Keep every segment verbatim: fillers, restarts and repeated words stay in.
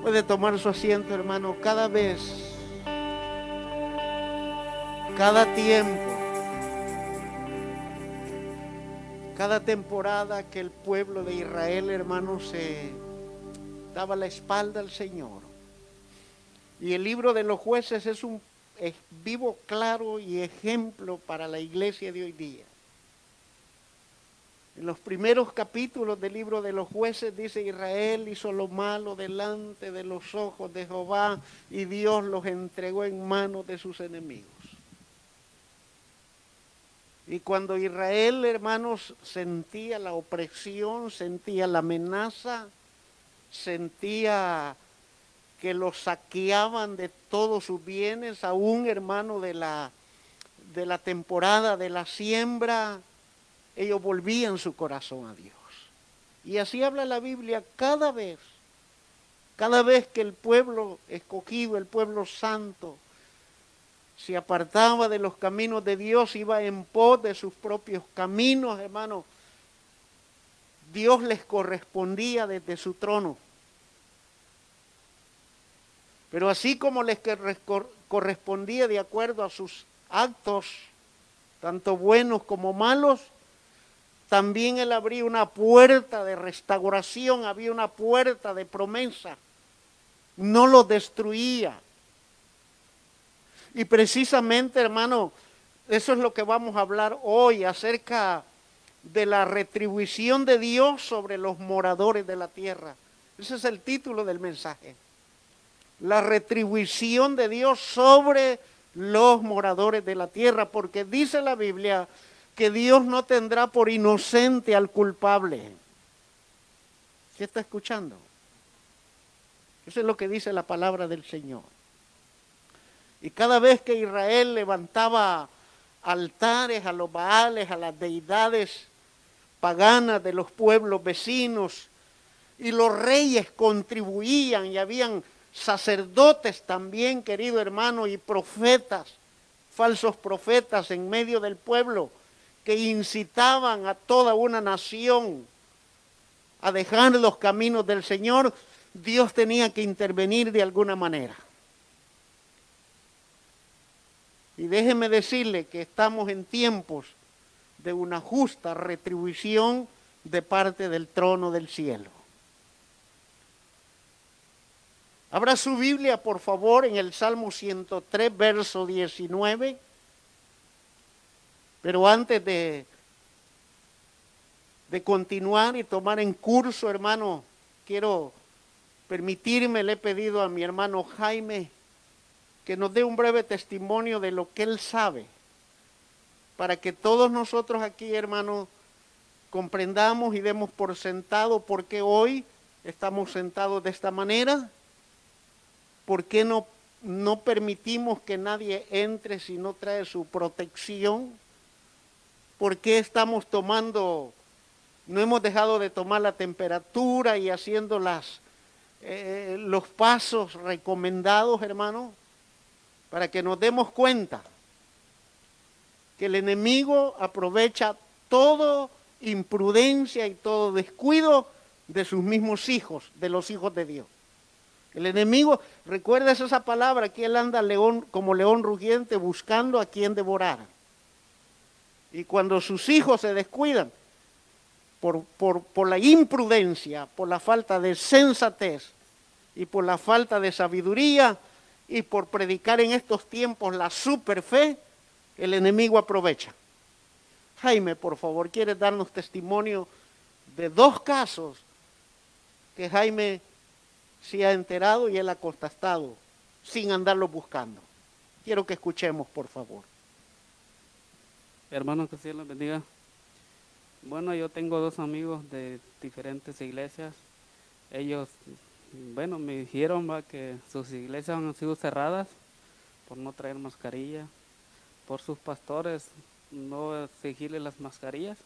Puede tomar su asiento, hermano. Cada vez, cada tiempo, cada temporada que el pueblo de Israel, hermano, se daba la espalda al Señor. Y el libro de los jueces es un es vivo, claro y ejemplo para la iglesia de hoy día. En los primeros capítulos del libro de los jueces dice: Israel hizo lo malo delante de los ojos de Jehová y Dios los entregó en manos de sus enemigos. Y cuando Israel, hermanos, sentía la opresión, sentía la amenaza, sentía que los saqueaban de todos sus bienes, aún, hermano, de la, de la temporada de la siembra, ellos volvían su corazón a Dios. Y así habla la Biblia cada vez, cada vez que el pueblo escogido, el pueblo santo, se apartaba de los caminos de Dios, iba en pos de sus propios caminos, hermano, Dios les correspondía desde su trono. Pero así como les correspondía de acuerdo a sus actos, tanto buenos como malos, también Él abría una puerta de restauración, había una puerta de promesa. No los destruía. Y precisamente, hermano, eso es lo que vamos a hablar hoy, acerca de la retribución de Dios sobre los moradores de la tierra. Ese es el título del mensaje. La retribución de Dios sobre los moradores de la tierra, porque dice la Biblia que Dios no tendrá por inocente al culpable. ¿Sí está escuchando? Eso es lo que dice la palabra del Señor. Y cada vez que Israel levantaba altares a los Baales, a las deidades paganas de los pueblos vecinos, y los reyes contribuían, y habían sacerdotes también, querido hermano, y profetas, falsos profetas en medio del pueblo, que incitaban a toda una nación a dejar los caminos del Señor, Dios tenía que intervenir de alguna manera. Y déjeme decirle que estamos en tiempos de una justa retribución de parte del trono del cielo. Abra su Biblia, por favor, en el Salmo ciento tres, verso diecinueve. Pero antes de, de continuar y tomar en curso, hermano, quiero permitirme, le he pedido a mi hermano Jaime que nos dé un breve testimonio de lo que él sabe, para que todos nosotros aquí, hermano, comprendamos y demos por sentado por qué hoy estamos sentados de esta manera. ¿Por qué no, no permitimos que nadie entre si no trae su protección? ¿Por qué estamos tomando, no hemos dejado de tomar la temperatura y haciendo las, eh, los pasos recomendados, hermano? Para que nos demos cuenta que el enemigo aprovecha toda imprudencia y todo descuido de sus mismos hijos, de los hijos de Dios. El enemigo, recuerda esa palabra, que él anda león, como león rugiente buscando a quien devorar. Y cuando sus hijos se descuidan por, por, por la imprudencia, por la falta de sensatez y por la falta de sabiduría y por predicar en estos tiempos la superfe, el enemigo aprovecha. Jaime, por favor, ¿quieres darnos testimonio de dos casos que Jaime se ha enterado y él ha constatado sin andarlo buscando? Quiero que escuchemos, por favor. Hermanos, que Dios los bendiga. Bueno, yo tengo dos amigos de diferentes iglesias. Ellos, bueno, me dijeron va, que sus iglesias han sido cerradas por no traer mascarilla, por sus pastores no exigirle las mascarillas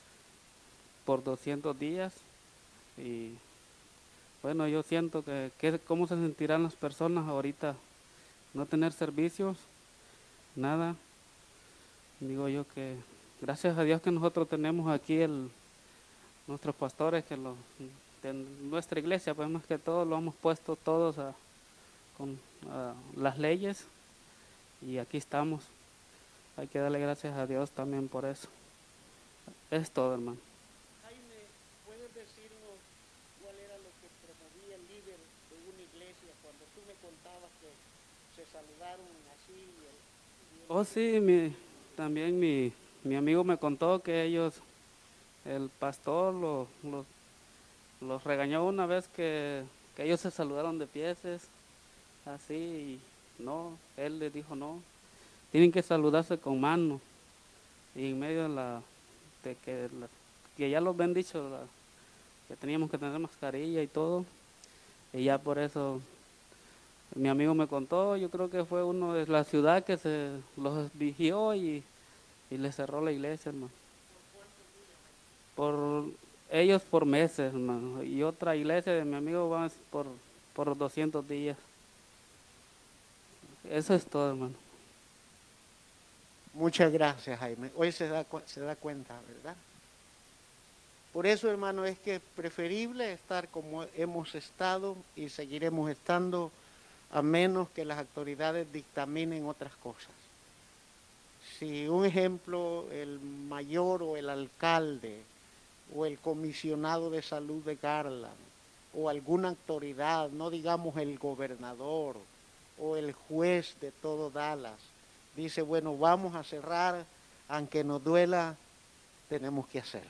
por doscientos días. Y bueno, yo siento que, que cómo se sentirán las personas ahorita, no tener servicios, nada. Digo yo que gracias a Dios que nosotros tenemos aquí el, nuestros pastores que los, de nuestra iglesia, pues más que todo lo hemos puesto todos a, con a las leyes y aquí estamos. Hay que darle gracias a Dios también por eso. Es todo, hermano. Jaime, ¿puedes decirnos cuál era lo que promovía el líder de una iglesia cuando tú me contabas que se saludaron así? Y el, y el Oh, sí, mi, también mi, mi amigo me contó que ellos, el pastor lo- lo- los regañó una vez que, que ellos se saludaron de pies, así, y no, él les dijo no, tienen que saludarse con mano, y en medio de la, de que, la- que ya los ven dicho, la- que teníamos que tener mascarilla y todo, y ya por eso mi amigo me contó, yo creo que fue uno de la ciudad que se los vigió y, y le cerró la iglesia, hermano. Por ellos por meses, hermano, y otra iglesia de mi amigo va por, por doscientos días. Eso es todo, hermano. Muchas gracias, Jaime. Hoy se da, se da cuenta, ¿verdad? Por eso, hermano, es que es preferible estar como hemos estado y seguiremos estando a menos que las autoridades dictaminen otras cosas. Si un ejemplo, el mayor o el alcalde o el comisionado de salud de Garland o alguna autoridad, no digamos el gobernador o el juez de todo Dallas, dice, bueno, vamos a cerrar, aunque nos duela, tenemos que hacerlo.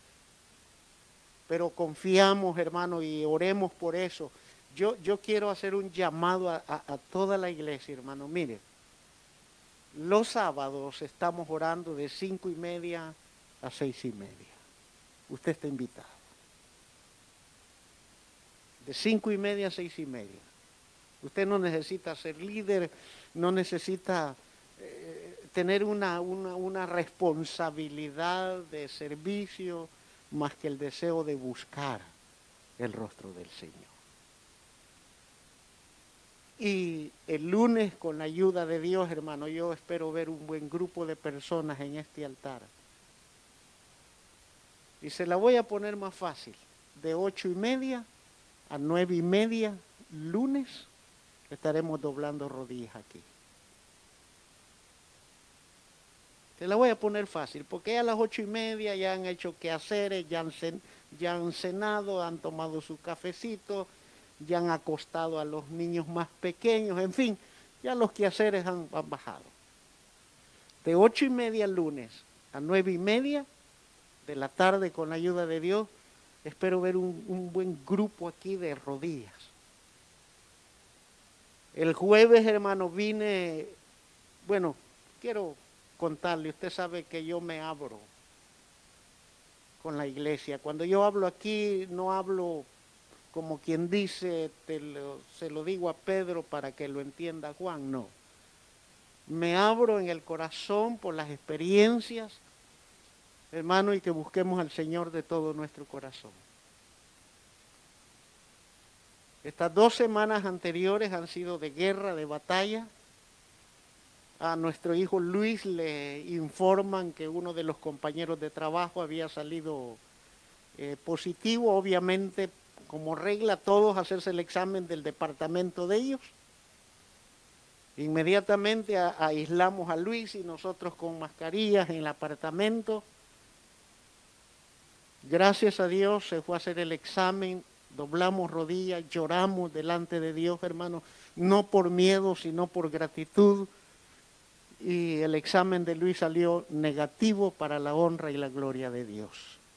Pero confiamos, hermano, y oremos por eso. Yo, yo quiero hacer un llamado a, a, a toda la iglesia, hermano. Mire, los sábados estamos orando de cinco y media a seis y media. Usted está invitado. De cinco y media a seis y media. Usted no necesita ser líder, no necesita eh, tener una, una, una responsabilidad de servicio más que el deseo de buscar el rostro del Señor. Y el lunes, con la ayuda de Dios, hermano, yo espero ver un buen grupo de personas en este altar. Y se la voy a poner más fácil. De ocho y media a nueve y media, lunes, estaremos doblando rodillas aquí. Se la voy a poner fácil, porque a las ocho y media ya han hecho quehaceres, ya han, cen, ya han cenado, han tomado su cafecito, ya han acostado a los niños más pequeños, en fin, ya los quehaceres han, han bajado. De ocho y media el lunes a nueve y media de la tarde, con la ayuda de Dios, espero ver un, un buen grupo aquí de rodillas. El jueves, hermano, vine, bueno, quiero contarle, usted sabe que yo me abro con la iglesia. Cuando yo hablo aquí, no hablo como quien dice, te lo, se lo digo a Pedro para que lo entienda Juan, no. Me abro en el corazón por las experiencias, hermano, y que busquemos al Señor de todo nuestro corazón. Estas dos semanas anteriores han sido de guerra, de batalla. A nuestro hijo Luis le informan que uno de los compañeros de trabajo había salido eh, positivo, obviamente, como regla, todos hacerse el examen del departamento de ellos. Inmediatamente a, aislamos a Luis y nosotros con mascarillas en el apartamento. Gracias a Dios se fue a hacer el examen, doblamos rodillas, lloramos delante de Dios, hermano, no por miedo, sino por gratitud. Y el examen de Luis salió negativo para la honra y la gloria de Dios.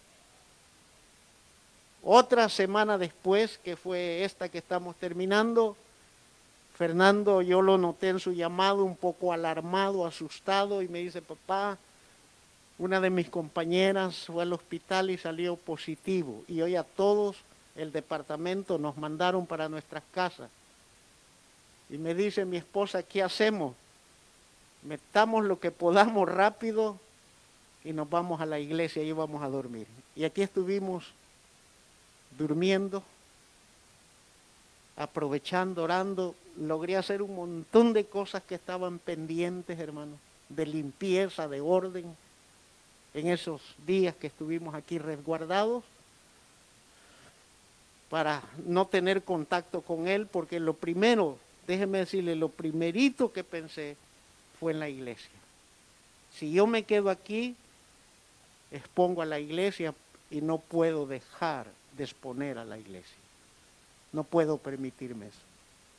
Otra semana después, que fue esta que estamos terminando, Fernando, yo lo noté en su llamado un poco alarmado, asustado, y me dice, papá, una de mis compañeras fue al hospital y salió positivo. Y hoy a todos el departamento nos mandaron para nuestras casas. Y me dice mi esposa, ¿qué hacemos? Metamos lo que podamos rápido y nos vamos a la iglesia y vamos a dormir. Y aquí estuvimos durmiendo, aprovechando, orando. Logré hacer un montón de cosas que estaban pendientes, hermano, de limpieza, de orden, en esos días que estuvimos aquí resguardados. para no tener contacto con él, porque lo primero, déjeme decirle, lo primerito que pensé fue en la iglesia. Si yo me quedo aquí, expongo a la iglesia y no puedo dejar de exponer a la iglesia. No puedo permitirme eso.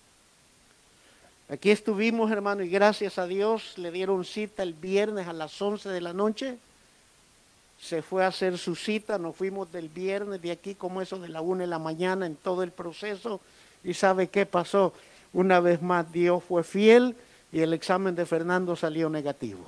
Aquí estuvimos, hermano, y gracias a Dios le dieron cita el viernes a las once de la noche. Se fue a hacer su cita, nos fuimos del viernes de aquí como eso de la una de la mañana en todo el proceso. ¿Y sabe qué pasó? Una vez más Dios fue fiel y el examen de Fernando salió negativo.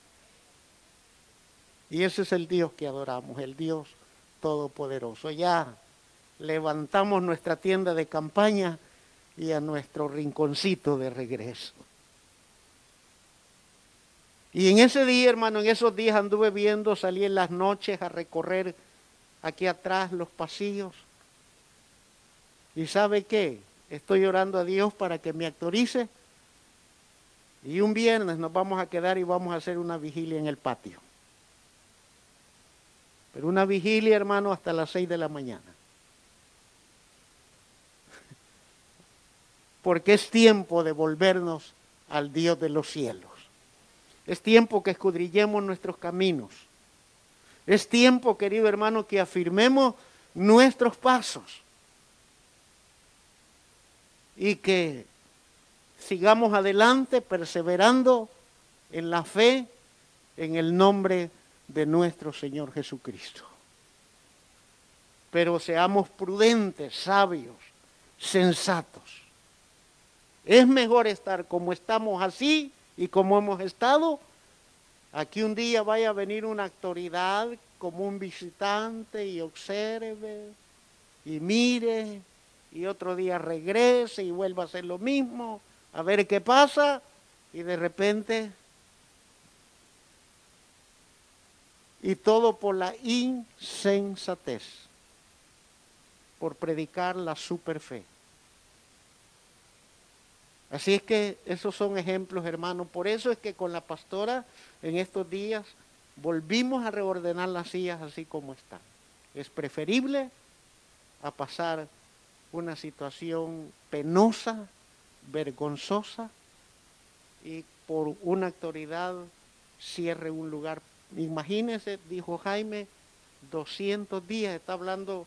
Y ese es el Dios que adoramos, el Dios Todopoderoso. Ya levantamos nuestra tienda de campaña y a nuestro rinconcito de regreso. Y en ese día, hermano, en esos días anduve viendo, salí en las noches a recorrer aquí atrás los pasillos. ¿Y sabe qué? Estoy orando a Dios para que me autorice. Y un viernes nos vamos a quedar y vamos a hacer una vigilia en el patio. Pero una vigilia, hermano, hasta las seis de la mañana. Porque es tiempo de volvernos al Dios de los cielos. Es tiempo que escudriñemos nuestros caminos. Es tiempo, querido hermano, que afirmemos nuestros pasos. Y que sigamos adelante perseverando en la fe en el nombre de nuestro Señor Jesucristo. Pero seamos prudentes, sabios, sensatos. Es mejor estar como estamos así y como hemos estado. Aquí un día vaya a venir una autoridad como un visitante y observe y mire, y otro día regrese y vuelva a hacer lo mismo, a ver qué pasa, y de repente, y todo por la insensatez, por predicar la superfe. Así es que esos son ejemplos, hermanos. Por eso es que con la pastora en estos días volvimos a reordenar las sillas así como están. Es preferible a pasar una situación penosa, vergonzosa, y por una autoridad cierre un lugar. Imagínense, dijo Jaime, doscientos días, está hablando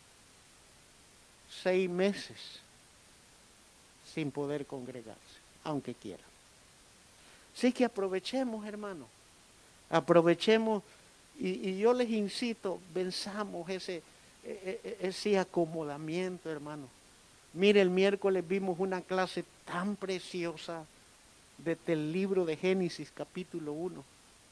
seis meses sin poder congregarse, aunque quiera. Así que aprovechemos, hermano, aprovechemos, y, y yo les incito, venzamos ese, ese acomodamiento, hermano. Mire, el miércoles vimos una clase tan preciosa desde el libro de Génesis, capítulo uno.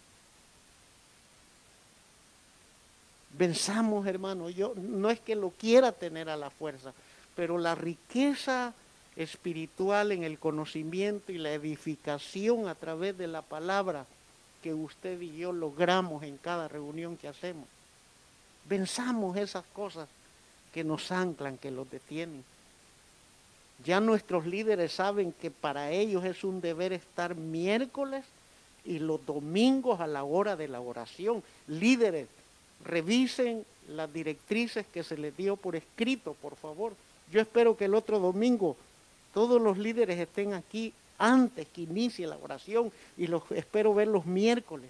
Venzamos, hermano, yo no es que lo quiera tener a la fuerza, pero la riqueza espiritual en el conocimiento y la edificación a través de la palabra que usted y yo logramos en cada reunión que hacemos. Venzamos esas cosas que nos anclan, que los detienen. Ya nuestros líderes saben que para ellos es un deber estar miércoles y los domingos a la hora de la oración. Líderes, revisen las directrices que se les dio por escrito, por favor. Yo espero que el otro domingo todos los líderes estén aquí antes que inicie la oración y los espero ver los miércoles.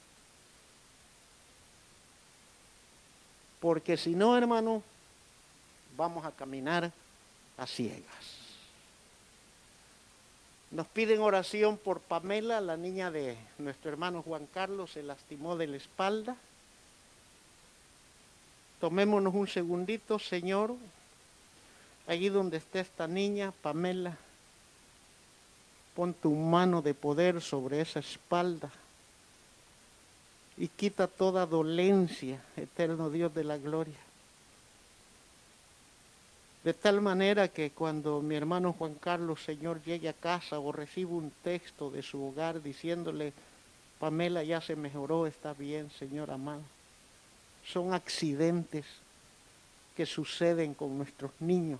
Porque si no, hermano, vamos a caminar a ciegas. Nos piden oración por Pamela, la niña de nuestro hermano Juan Carlos, se lastimó de la espalda. Tomémonos un segundito, Señor. Allí donde está esta niña, Pamela, pon tu mano de poder sobre esa espalda y quita toda dolencia, eterno Dios de la gloria. De tal manera que cuando mi hermano Juan Carlos, Señor, llegue a casa o reciba un texto de su hogar diciéndole, Pamela ya se mejoró, está bien, Señor amado. Son accidentes que suceden con nuestros niños.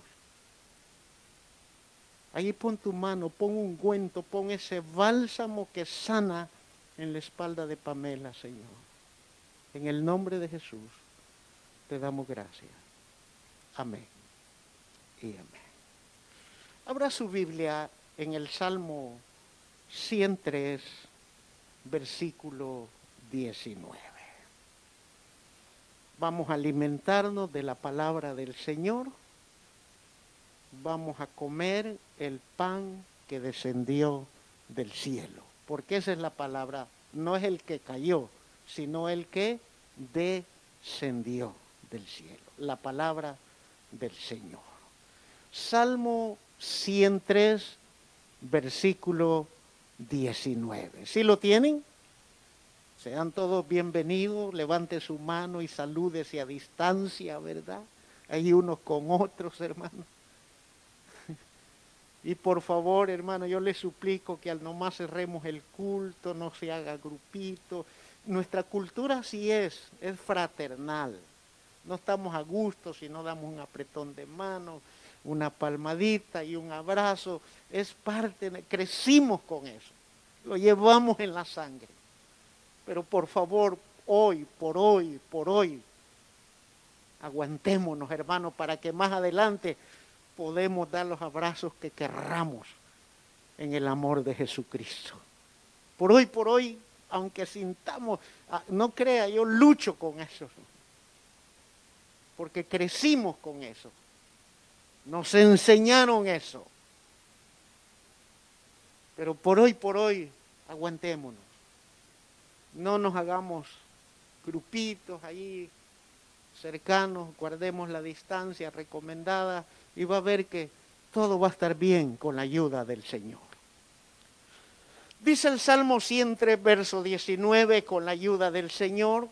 Allí pon tu mano, pon un ungüento, pon ese bálsamo que sana en la espalda de Pamela, Señor. En el nombre de Jesús te damos gracias. Amén. y amén. Abra su Biblia en el Salmo ciento tres, versículo diecinueve. Vamos a alimentarnos de la palabra del Señor. Vamos a comer el pan que descendió del cielo. Porque esa es la palabra, no es el que cayó, sino el que descendió del cielo. La palabra del Señor. Salmo ciento tres, versículo diecinueve. ¿Sí lo tienen? Sean todos bienvenidos, levante su mano y salúdese a distancia, ¿verdad? Hay unos con otros, hermano. Y por favor, hermano, yo les suplico que al nomás cerremos el culto, no se haga grupito. Nuestra cultura así es, es fraternal. No estamos a gusto si no damos un apretón de mano, una palmadita y un abrazo. Es parte, crecimos con eso, lo llevamos en la sangre. Pero por favor, hoy, por hoy, por hoy, aguantémonos, hermanos, para que más adelante podemos dar los abrazos que querramos en el amor de Jesucristo. Por hoy, por hoy, aunque sintamos, no crea, yo lucho con eso, porque crecimos con eso. Nos enseñaron eso. Pero por hoy, por hoy, aguantémonos. No nos hagamos grupitos ahí cercanos, guardemos la distancia recomendada y va a ver que todo va a estar bien con la ayuda del Señor. Dice el Salmo ciento tres, verso diecinueve, con la ayuda del Señor,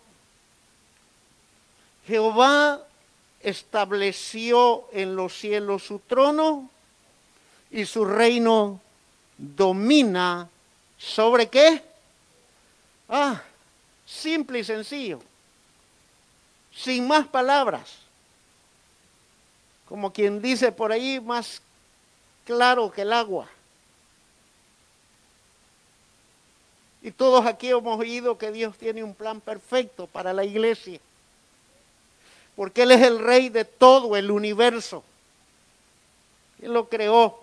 Jehová estableció en los cielos su trono y su reino domina ¿sobre qué? Ah, simple y sencillo, sin más palabras. Como quien dice por ahí, más claro que el agua. Y todos aquí hemos oído que Dios tiene un plan perfecto para la iglesia. Porque Él es el rey de todo el universo. Él lo creó.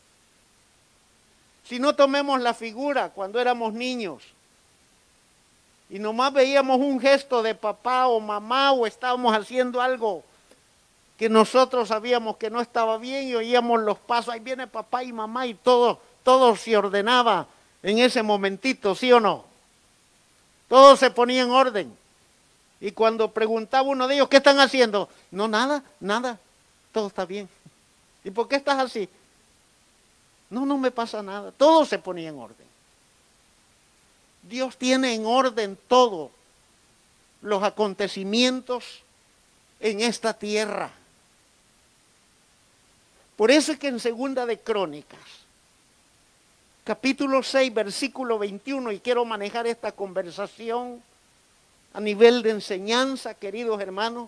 Si no tomemos la figura cuando éramos niños y nomás veíamos un gesto de papá o mamá o estábamos haciendo algo que nosotros sabíamos que no estaba bien y oíamos los pasos, ahí viene papá y mamá y todo, todo se ordenaba en ese momentito, ¿sí o no? Todo se ponía en orden. Y cuando preguntaba uno de ellos, ¿qué están haciendo? No, nada, nada, todo está bien. ¿Y por qué estás así? No, no me pasa nada, todo se ponía en orden. Dios tiene en orden todo los acontecimientos en esta tierra. Por eso es que en Segunda de Crónicas, capítulo seis, versículo veintiuno, y quiero manejar esta conversación a nivel de enseñanza, queridos hermanos,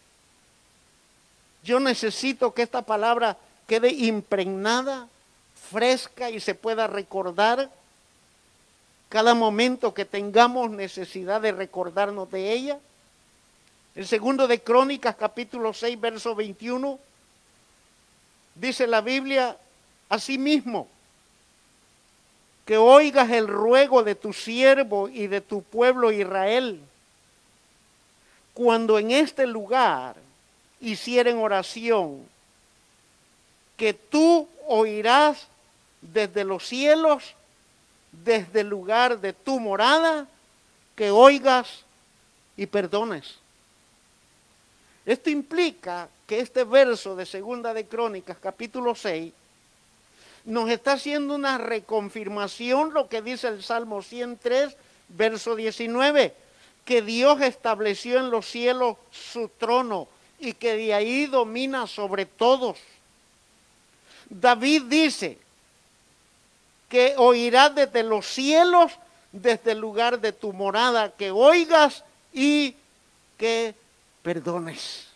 yo necesito que esta palabra quede impregnada, fresca y se pueda recordar cada momento que tengamos necesidad de recordarnos de ella. El segundo de Crónicas, capítulo seis, verso veintiuno, dice la Biblia, asimismo, que oigas el ruego de tu siervo y de tu pueblo Israel, cuando en este lugar hicieren oración, que tú oirás desde los cielos, desde el lugar de tu morada, que oigas y perdones. Esto implica que este verso de Segunda de Crónicas, capítulo seis, nos está haciendo una reconfirmación lo que dice el Salmo ciento tres, verso diecinueve, que Dios estableció en los cielos su trono y que de ahí domina sobre todos. David dice que oirás desde los cielos, desde el lugar de tu morada, que oigas y que perdones.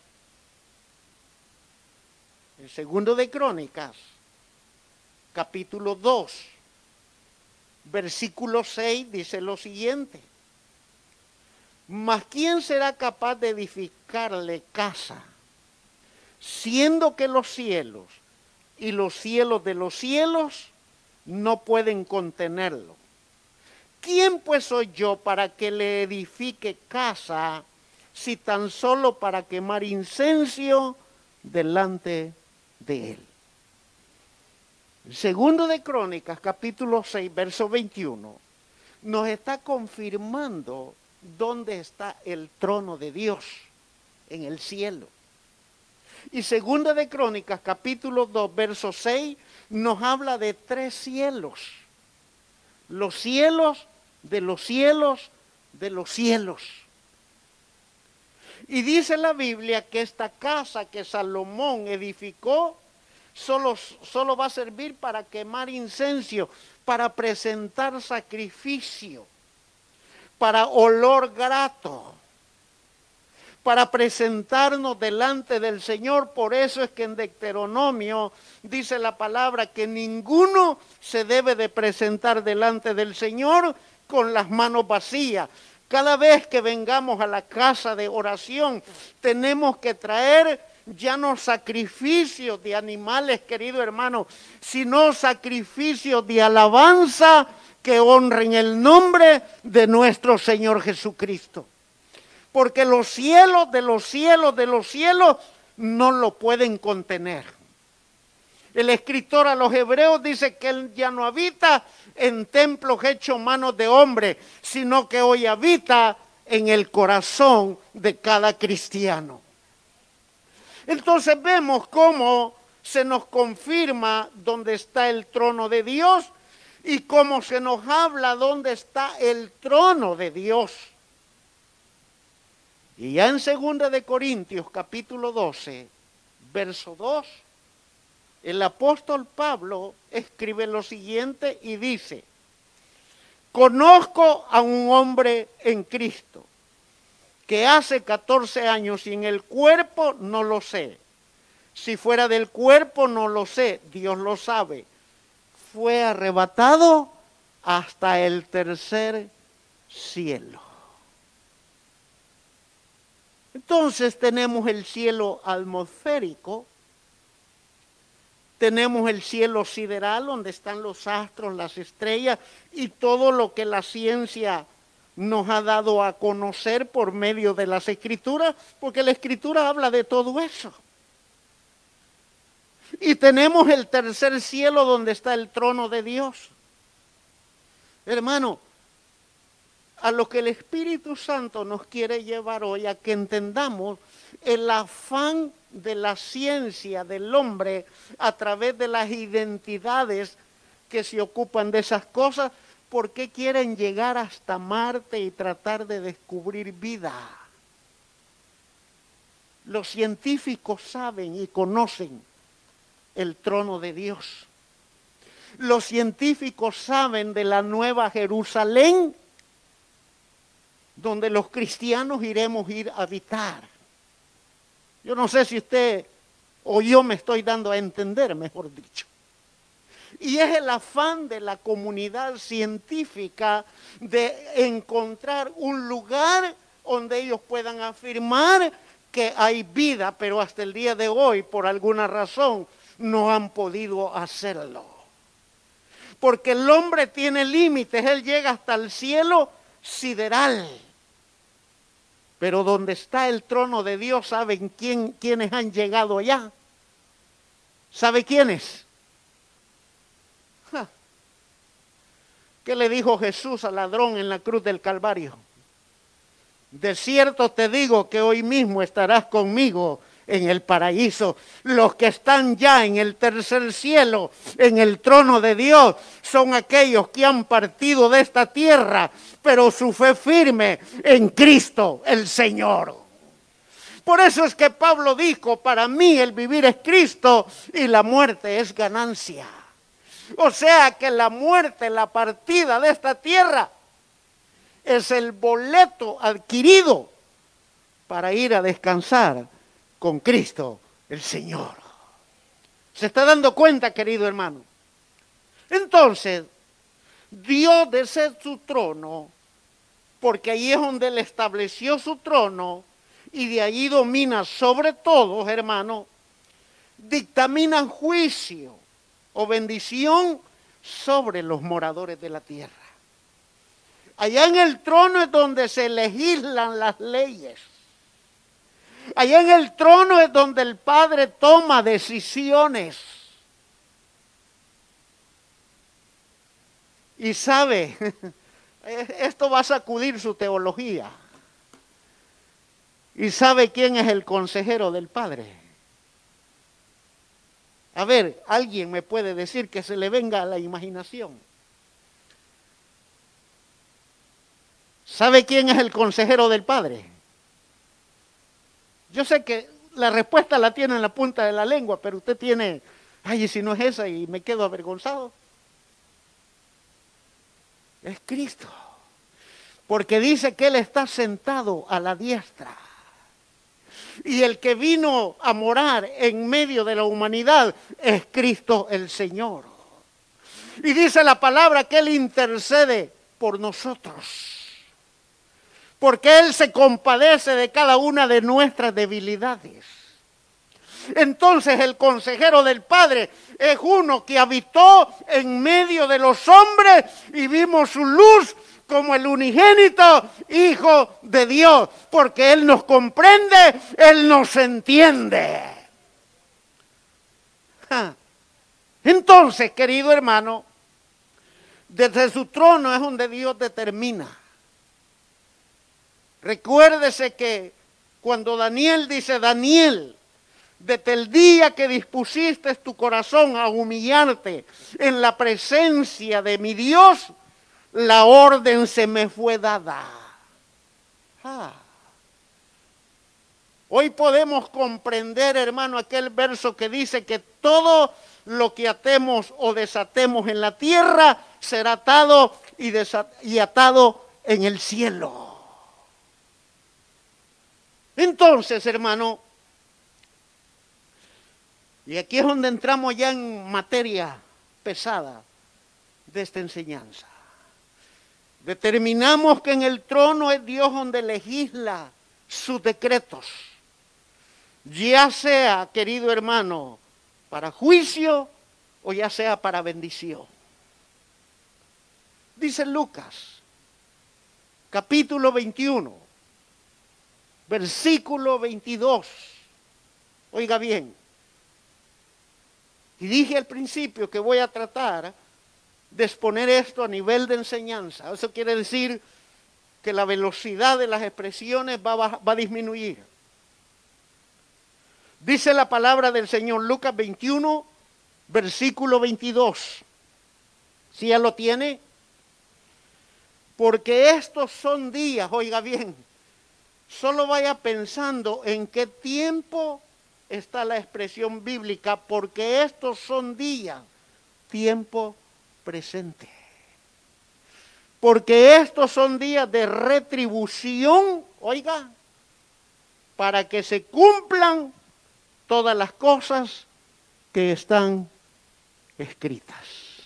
El segundo de Crónicas, capítulo dos, versículo seis, dice lo siguiente: mas ¿quién será capaz de edificarle casa siendo que los cielos y los cielos de los cielos no pueden contenerlo. ¿Quién pues soy yo para que le edifique casa, si tan solo para quemar incenso delante de él? Segundo de Crónicas, capítulo seis, verso veintiuno, nos está confirmando dónde está el trono de Dios, en el cielo. Y segunda de Crónicas, capítulo dos, verso seis, nos habla de tres cielos. Los cielos de los cielos de los cielos. Y dice la Biblia que esta casa que Salomón edificó solo, solo va a servir para quemar incenso, para presentar sacrificio, para olor grato, para presentarnos delante del Señor. Por eso es que en Deuteronomio dice la palabra que ninguno se debe de presentar delante del Señor con las manos vacías. Cada vez que vengamos a la casa de oración, tenemos que traer ya no sacrificios de animales, querido hermano, sino sacrificios de alabanza que honren el nombre de nuestro Señor Jesucristo. Porque los cielos de los cielos de los cielos no lo pueden contener. El escritor a los hebreos dice que él ya no habita en templos hechos manos de hombre, sino que hoy habita en el corazón de cada cristiano. Entonces vemos cómo se nos confirma dónde está el trono de Dios y cómo se nos habla dónde está el trono de Dios. Y ya en segunda de Corintios capítulo doce, verso dos, el apóstol Pablo escribe lo siguiente y dice: conozco a un hombre en Cristo que hace catorce años y en el cuerpo no lo sé. Si fuera del cuerpo no lo sé, Dios lo sabe. Fue arrebatado hasta el tercer cielo. Entonces tenemos el cielo atmosférico, tenemos el cielo sideral donde están los astros, las estrellas y todo lo que la ciencia nos ha dado a conocer por medio de las escrituras, porque la escritura habla de todo eso. Y tenemos el tercer cielo donde está el trono de Dios. Hermano, a lo que el Espíritu Santo nos quiere llevar hoy, a que entendamos el afán de la ciencia del hombre a través de las identidades que se ocupan de esas cosas. ¿Por qué quieren llegar hasta Marte y tratar de descubrir vida? Los científicos saben y conocen el trono de Dios. Los científicos saben de la nueva Jerusalén, donde los cristianos iremos a ir a habitar. Yo no sé si usted o yo me estoy dando a entender, mejor dicho. Y es el afán de la comunidad científica de encontrar un lugar donde ellos puedan afirmar que hay vida, pero hasta el día de hoy, por alguna razón, no han podido hacerlo. Porque el hombre tiene límites, él llega hasta el cielo sideral. Pero donde está el trono de Dios, ¿saben quién, quiénes han llegado allá? ¿Sabe quiénes? Ja. ¿Qué le dijo Jesús al ladrón en la cruz del Calvario? De cierto te digo que hoy mismo estarás conmigo en el paraíso. Los que están ya en el tercer cielo, en el trono de Dios, son aquellos que han partido de esta tierra, pero su fe firme en Cristo el Señor. Por eso es que Pablo dijo, para mí el vivir es Cristo y la muerte es ganancia. O sea que la muerte, la partida de esta tierra, es el boleto adquirido para ir a descansar con Cristo el Señor. ¿Se está dando cuenta, querido hermano? Entonces, Dios desde su trono, porque ahí es donde Él estableció su trono, y de allí domina sobre todos, hermano, dictaminan juicio o bendición sobre los moradores de la tierra. Allá en el trono es donde se legislan las leyes. Allá en el trono es donde el Padre toma decisiones. Y sabe, esto va a sacudir su teología. ¿Y sabe quién es el consejero del Padre? A ver, alguien me puede decir que se le venga a la imaginación. ¿Sabe quién es el consejero del Padre? Yo sé que la respuesta la tiene en la punta de la lengua, pero usted tiene, ay, y si no es esa y me quedo avergonzado. Es Cristo. Porque dice que Él está sentado a la diestra. Y el que vino a morar en medio de la humanidad es Cristo el Señor. Y dice la palabra que Él intercede por nosotros. Porque Él se compadece de cada una de nuestras debilidades. Entonces el consejero del Padre es uno que habitó en medio de los hombres y vimos su luz como el unigénito Hijo de Dios, porque Él nos comprende, Él nos entiende. Entonces, querido hermano, desde su trono es donde Dios determina. Recuérdese que cuando Daniel dice, Daniel, desde el día que dispusiste tu corazón a humillarte en la presencia de mi Dios, la orden se me fue dada. Ah. Hoy podemos comprender, hermano, aquel verso que dice que todo lo que atemos o desatemos en la tierra será atado y, desat- y atado en el cielo. Entonces, hermano, y aquí es donde entramos ya en materia pesada de esta enseñanza. Determinamos que en el trono es Dios donde legisla sus decretos, ya sea, querido hermano, para juicio o ya sea para bendición. Dice Lucas, capítulo veintiuno, versículo veintidós. Oiga bien, y dije al principio que voy a tratar de exponer esto a nivel de enseñanza. Eso quiere decir que la velocidad de las expresiones va, va, va a disminuir. Dice la palabra del Señor, Lucas veintiuno, versículo veintidós. ¿Sí ya lo tiene? Porque estos son días, oiga bien, solo vaya pensando en qué tiempo está la expresión bíblica, porque estos son días, tiempo presente. Porque estos son días de retribución, oiga, para que se cumplan todas las cosas que están escritas.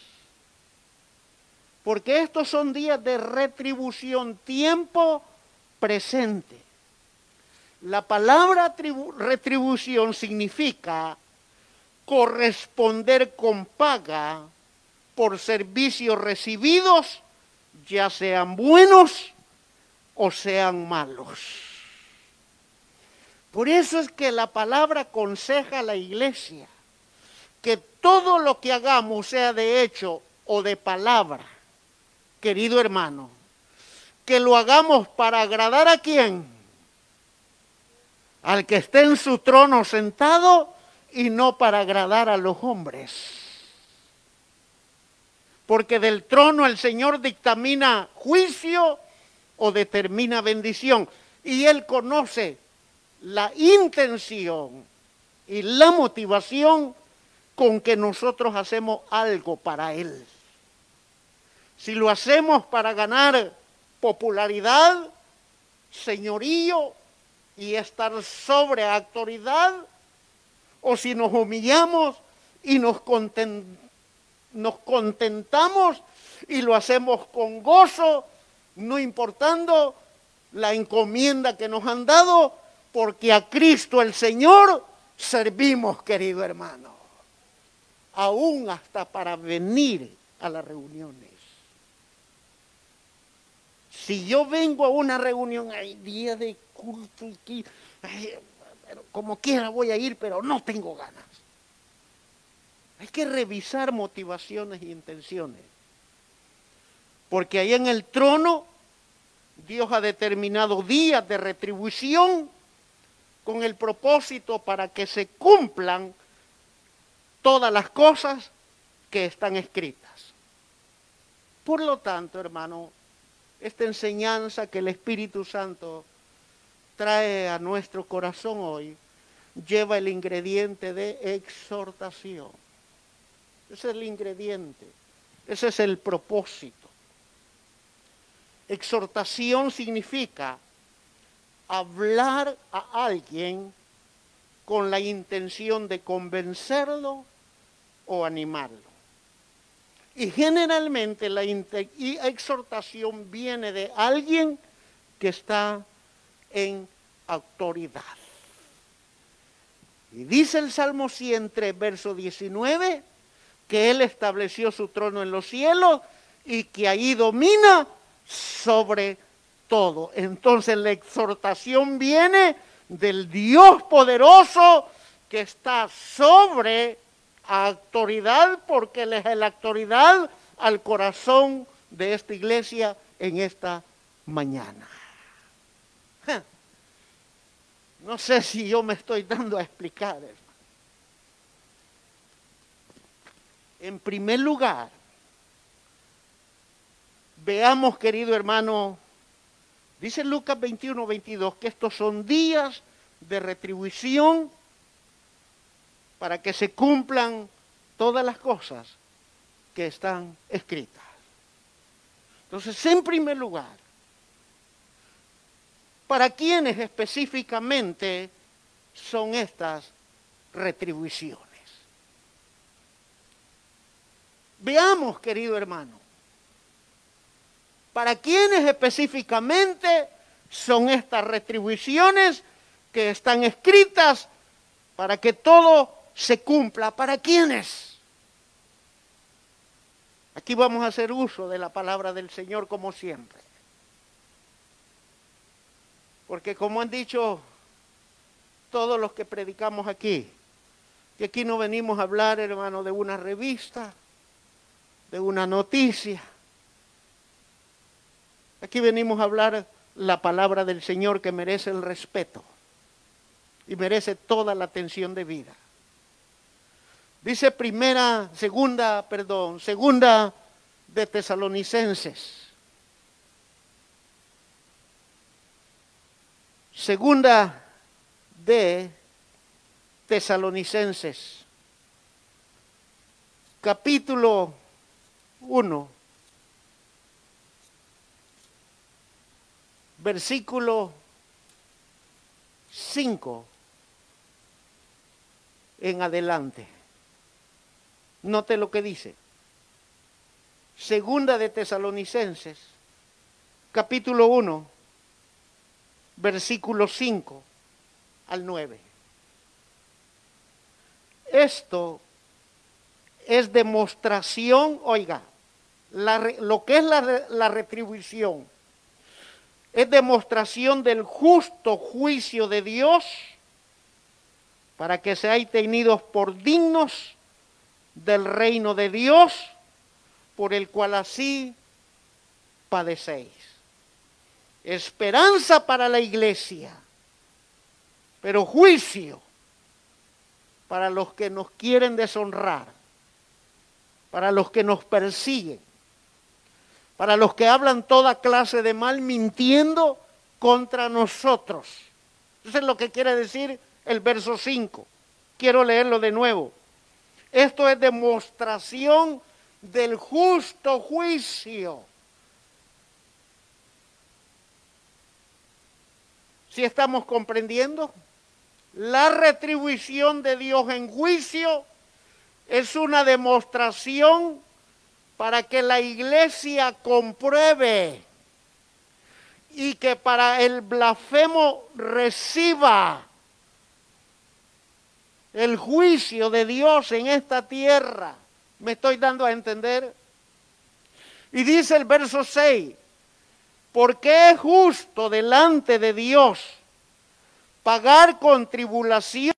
Porque estos son días de retribución, tiempo presente. La palabra tribu- retribución significa corresponder con paga por servicios recibidos, ya sean buenos o sean malos. Por eso es que la palabra aconseja a la iglesia que todo lo que hagamos, sea de hecho o de palabra, querido hermano, que lo hagamos para agradar a quién, al que esté en su trono sentado y no para agradar a los hombres. Porque del trono el Señor dictamina juicio o determina bendición. Y Él conoce la intención y la motivación con que nosotros hacemos algo para Él. Si lo hacemos para ganar popularidad, señorío y estar sobre autoridad, o si nos humillamos y nos contentamos, nos contentamos y lo hacemos con gozo, no importando la encomienda que nos han dado, porque a Cristo el Señor servimos, querido hermano, aún hasta para venir a las reuniones. Si yo vengo a una reunión, hay día de culto, y ay, como quiera voy a ir, pero no tengo ganas. Hay que revisar motivaciones e intenciones. Porque ahí en el trono, Dios ha determinado días de retribución con el propósito para que se cumplan todas las cosas que están escritas. Por lo tanto, hermano, esta enseñanza que el Espíritu Santo trae a nuestro corazón hoy lleva el ingrediente de exhortación. Ese es el ingrediente, ese es el propósito. Exhortación significa hablar a alguien con la intención de convencerlo o animarlo. Y generalmente la exhortación viene de alguien que está en autoridad. Y dice el Salmo ciento tres, verso diecinueve, que Él estableció su trono en los cielos y que ahí domina sobre todo. Entonces la exhortación viene del Dios poderoso que está sobre autoridad, porque Él es la autoridad al corazón de esta iglesia en esta mañana. No sé si yo me estoy dando a explicar, hermano. En primer lugar, veamos, querido hermano, dice Lucas veintiuno, veintidós, que estos son días de retribución para que se cumplan todas las cosas que están escritas. Entonces, en primer lugar, ¿para quiénes específicamente son estas retribuciones? Veamos, querido hermano, ¿para quiénes específicamente son estas retribuciones que están escritas para que todo se cumpla? ¿Para quiénes? Aquí vamos a hacer uso de la palabra del Señor como siempre. Porque como han dicho todos los que predicamos aquí, que aquí no venimos a hablar, hermano, de una revista, de una noticia. Aquí venimos a hablar la palabra del Señor, que merece el respeto y merece toda la atención debida. Dice primera, segunda, perdón, segunda de Tesalonicenses. Segunda de Tesalonicenses, capítulo uno, versículo cinco en adelante. Note lo que dice. Segunda de Tesalonicenses, capítulo uno, versículo cinco al nueve. Esto es demostración, oiga, la, lo que es la, la retribución, es demostración del justo juicio de Dios para que seáis tenidos por dignos del reino de Dios, por el cual así padecéis. Esperanza para la iglesia, pero juicio para los que nos quieren deshonrar, para los que nos persiguen, para los que hablan toda clase de mal mintiendo contra nosotros. Eso es lo que quiere decir el verso cinco. Quiero leerlo de nuevo. Esto es demostración del justo juicio. ¿Sí estamos comprendiendo? La retribución de Dios en juicio es una demostración para que la iglesia compruebe y que para el blasfemo reciba el juicio de Dios en esta tierra. ¿Me estoy dando a entender? Y dice el verso seis, porque es justo delante de Dios pagar con tribulación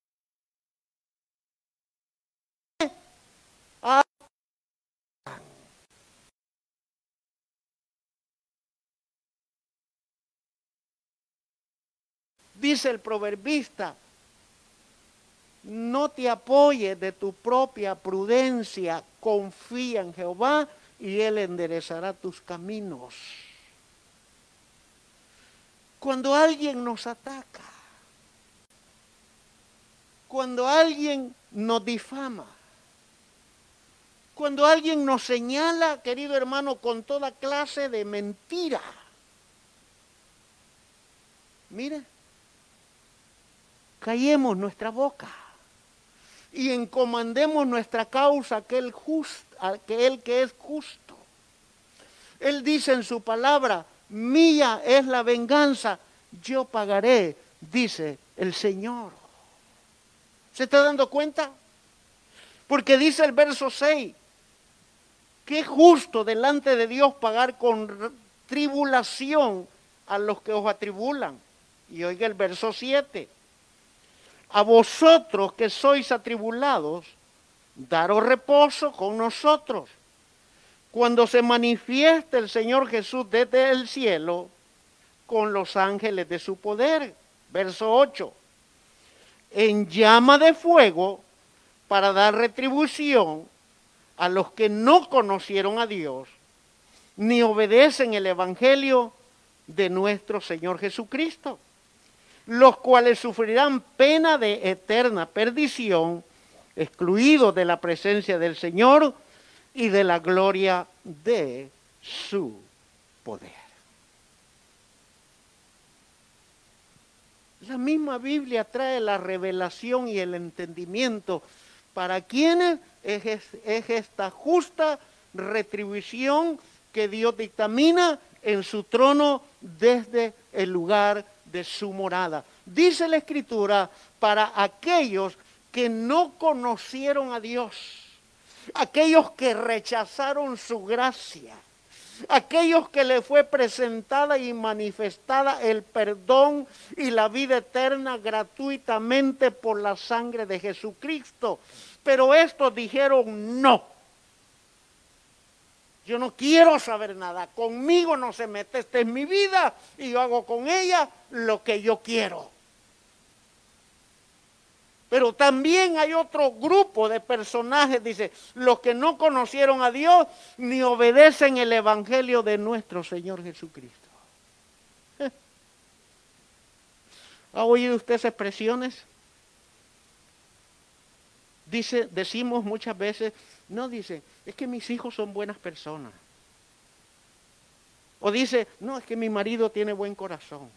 a dice el proverbista, no te apoyes de tu propia prudencia, confía en Jehová y Él enderezará tus caminos. Cuando alguien nos ataca, cuando alguien nos difama, cuando alguien nos señala, querido hermano, con toda clase de mentira, mire, callemos nuestra boca y encomendemos nuestra causa a aquel, just, a aquel que es justo. Él dice en su palabra, mía es la venganza, yo pagaré, dice el Señor. ¿Se está dando cuenta? Porque dice el verso seis, que es justo delante de Dios pagar con tribulación a los que os atribulan. Y oiga el verso siete, a vosotros que sois atribulados, daros reposo con nosotros, cuando se manifieste el Señor Jesús desde el cielo con los ángeles de su poder. Verso ocho, en llama de fuego para dar retribución a los que no conocieron a Dios, ni obedecen el evangelio de nuestro Señor Jesucristo, los cuales sufrirán pena de eterna perdición, excluidos de la presencia del Señor y de la gloria de su poder. La misma Biblia trae la revelación y el entendimiento para quienes es, es esta justa retribución que Dios dictamina en su trono desde el lugar de su morada. Dice la Escritura, para aquellos que no conocieron a Dios, aquellos que rechazaron su gracia, aquellos que le fue presentada y manifestada el perdón y la vida eterna gratuitamente por la sangre de Jesucristo. Pero estos dijeron no. Yo no quiero saber nada, conmigo no se mete, esta es mi vida y yo hago con ella lo que yo quiero. Pero también hay otro grupo de personajes, dice, los que no conocieron a Dios ni obedecen el evangelio de nuestro Señor Jesucristo. ¿Eh? ¿Ha oído usted esas expresiones? Dice, decimos muchas veces, no, dice, es que mis hijos son buenas personas. O dice, no, es que mi marido tiene buen corazón.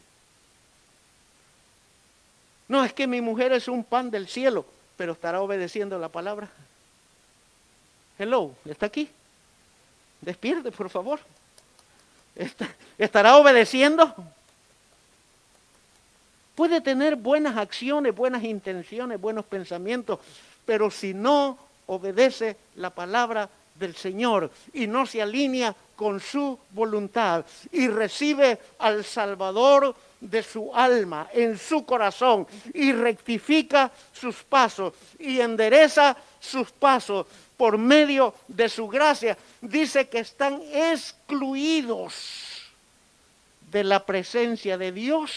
No, es que mi mujer es un pan del cielo, pero estará obedeciendo la palabra. Hello, ¿está aquí? Despierte, por favor. ¿Estará obedeciendo? Puede tener buenas acciones, buenas intenciones, buenos pensamientos, pero si no obedece la palabra del Señor y no se alinea con su voluntad y recibe al Salvador de su alma en su corazón y rectifica sus pasos y endereza sus pasos por medio de su gracia, dice que están excluidos de la presencia de Dios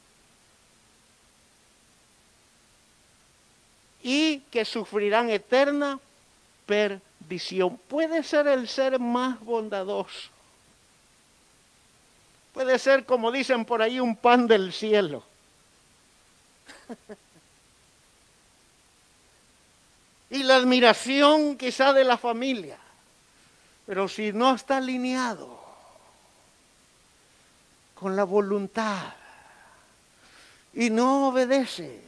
y que sufrirán eterna perdición. Puede ser el ser más bondadoso. Puede ser, como dicen por ahí, un pan del cielo. Y la admiración quizá de la familia. Pero si no está alineado con la voluntad y no obedece,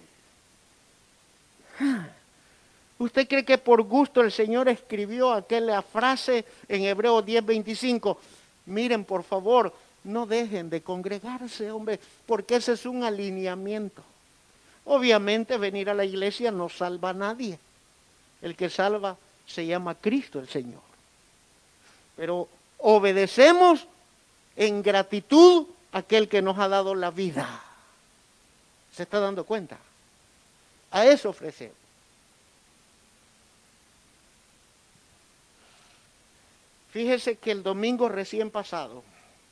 ¿usted cree que por gusto el Señor escribió aquella frase en Hebreos diez veinticinco? Miren, por favor, no dejen de congregarse, hombre, porque ese es un alineamiento. Obviamente venir a la iglesia no salva a nadie. El que salva se llama Cristo el Señor. Pero obedecemos en gratitud a aquel que nos ha dado la vida. ¿Se está dando cuenta? A eso ofrecemos. Fíjese que el domingo recién pasado,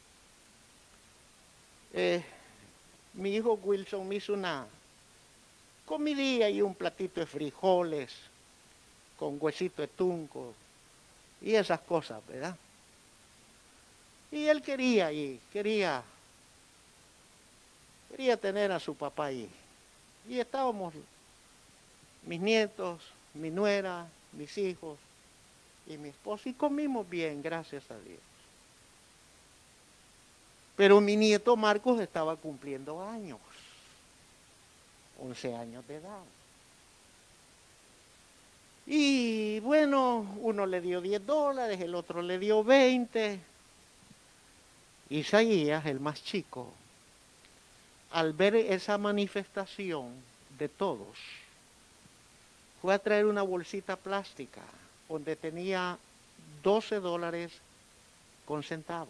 eh, mi hijo Wilson me hizo una comidilla y un platito de frijoles con huesito de tunco y esas cosas, ¿verdad? Y él quería y quería, quería tener a su papá ahí. Y estábamos mis nietos, mi nuera, mis hijos y mi esposo, y comimos bien, gracias a Dios. Pero mi nieto Marcos estaba cumpliendo años, once años de edad. Y bueno, uno le dio diez dólares, el otro le dio veinte. Isaías, el más chico, al ver esa manifestación de todos, fue a traer una bolsita plástica donde tenía doce dólares con centavos.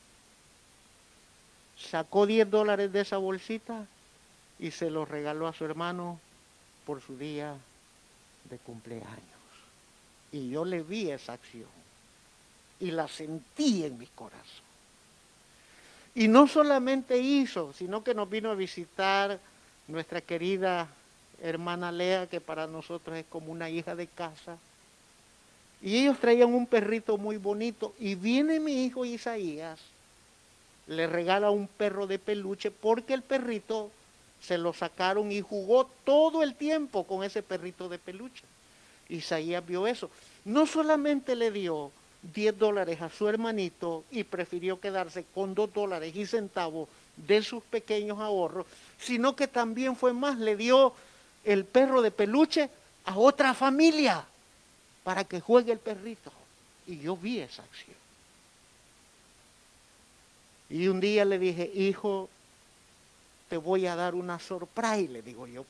Sacó diez dólares de esa bolsita y se los regaló a su hermano por su día de cumpleaños. Y yo le vi esa acción y la sentí en mi corazón. Y no solamente hizo, sino que nos vino a visitar nuestra querida hermana Lea, que para nosotros es como una hija de casa. Y ellos traían un perrito muy bonito. Y viene mi hijo Isaías, le regala un perro de peluche porque el perrito se lo sacaron y jugó todo el tiempo con ese perrito de peluche. Isaías vio eso. No solamente le dio diez dólares a su hermanito y prefirió quedarse con dos dólares y centavos de sus pequeños ahorros, sino que también fue más, le dio el perro de peluche a otra familia para que juegue el perrito. Y yo vi esa acción. Y un día le dije, hijo, te voy a dar una surprise, le digo yo.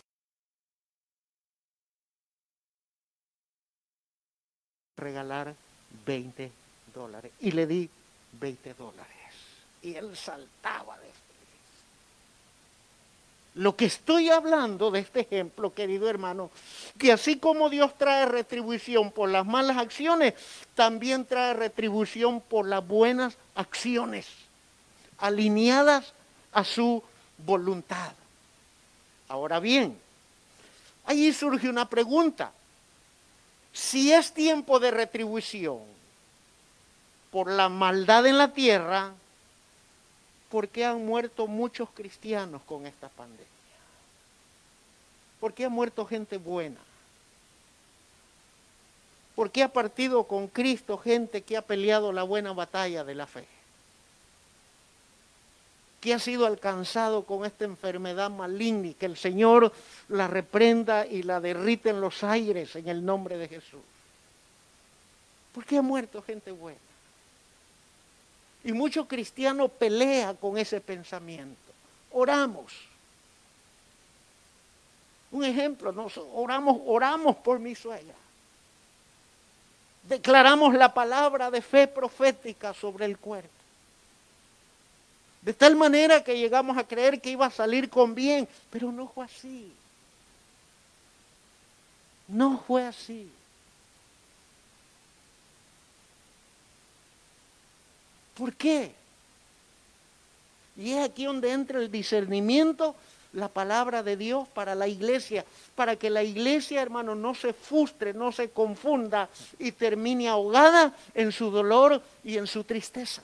Regalar veinte dólares. Y le di veinte dólares. Y él saltaba de feliz. Lo que estoy hablando de este ejemplo, querido hermano, que así como Dios trae retribución por las malas acciones, también trae retribución por las buenas acciones, alineadas a su voluntad. Ahora bien, allí surge una pregunta. Si es tiempo de retribución por la maldad en la tierra, ¿por qué han muerto muchos cristianos con esta pandemia? ¿Por qué ha muerto gente buena? ¿Por qué ha partido con Cristo gente que ha peleado la buena batalla de la fe? Que ha sido alcanzado con esta enfermedad maligna y que el Señor la reprenda y la derrite en los aires en el nombre de Jesús. ¿Por qué ha muerto gente buena? Y muchos cristianos pelean con ese pensamiento. Oramos. Un ejemplo, nos oramos, oramos por mi suegra. Declaramos la palabra de fe profética sobre el cuerpo. De tal manera que llegamos a creer que iba a salir con bien, pero no fue así. No fue así. ¿Por qué? Y es aquí donde entra el discernimiento, la palabra de Dios para la iglesia, para que la iglesia, hermano, no se frustre, no se confunda y termine ahogada en su dolor y en su tristeza.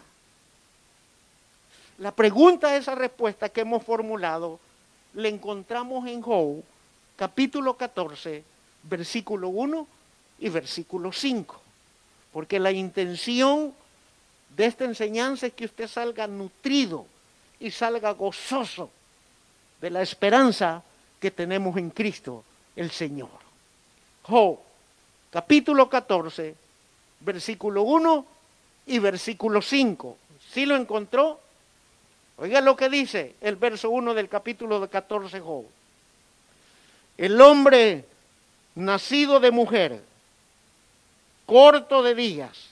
La pregunta a esa respuesta que hemos formulado, la encontramos en Job, capítulo catorce, versículo uno y versículo cinco. Porque la intención de esta enseñanza es que usted salga nutrido y salga gozoso de la esperanza que tenemos en Cristo el Señor. Job, capítulo catorce, versículo uno y versículo cinco. ¿Sí lo encontró? Oiga lo que dice el verso uno del capítulo catorce Job. el hombre nacido de mujer, corto de días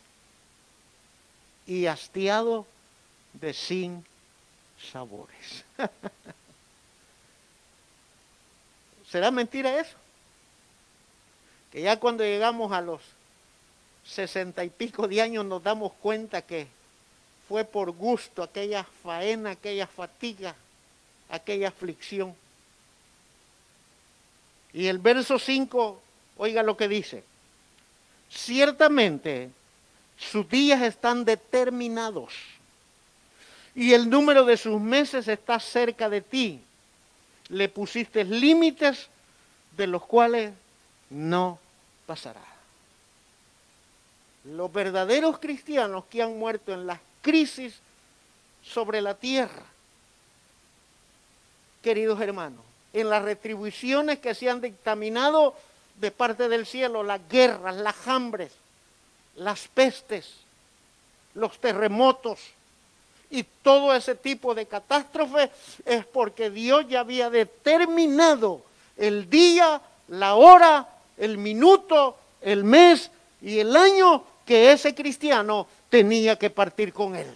y hastiado de sin sabores. ¿Será mentira eso? Que ya cuando llegamos a los sesenta y pico de años nos damos cuenta que fue por gusto aquella faena, aquella fatiga, aquella aflicción. Y el verso cinco, oiga lo que dice. Ciertamente sus días están determinados y el número de sus meses está cerca de ti. Le pusiste límites de los cuales no pasará. Los verdaderos cristianos que han muerto en las crisis sobre la tierra, queridos hermanos, en las retribuciones que se han dictaminado de parte del cielo, las guerras, las hambres, las pestes, los terremotos y todo ese tipo de catástrofes, es porque Dios ya había determinado el día, la hora, el minuto, el mes y el año que ese cristiano tenía que partir con él.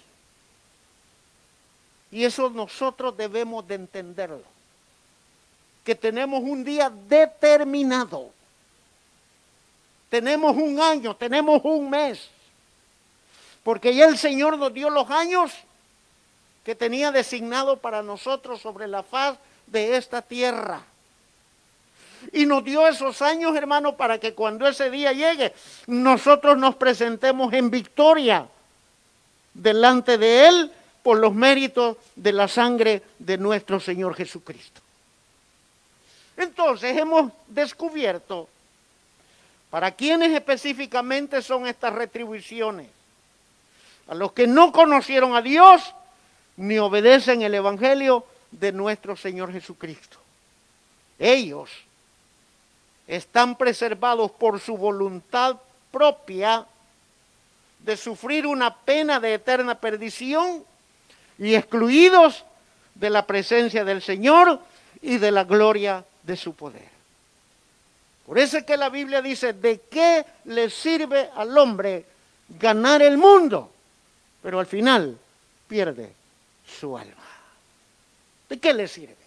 Y eso nosotros debemos de entenderlo, que tenemos un día determinado, tenemos un año, tenemos un mes, porque ya el Señor nos dio los años que tenía designado para nosotros sobre la faz de esta tierra. Y nos dio esos años, hermano, para que cuando ese día llegue, nosotros nos presentemos en victoria delante de Él por los méritos de la sangre de nuestro Señor Jesucristo. Entonces hemos descubierto para quiénes específicamente son estas retribuciones. A los que no conocieron a Dios ni obedecen el Evangelio de nuestro Señor Jesucristo. Ellos están preservados por su voluntad propia de sufrir una pena de eterna perdición y excluidos de la presencia del Señor y de la gloria de su poder. Por eso es que la Biblia dice, ¿de qué le sirve al hombre ganar el mundo? Pero al final pierde su alma. ¿De qué le sirve?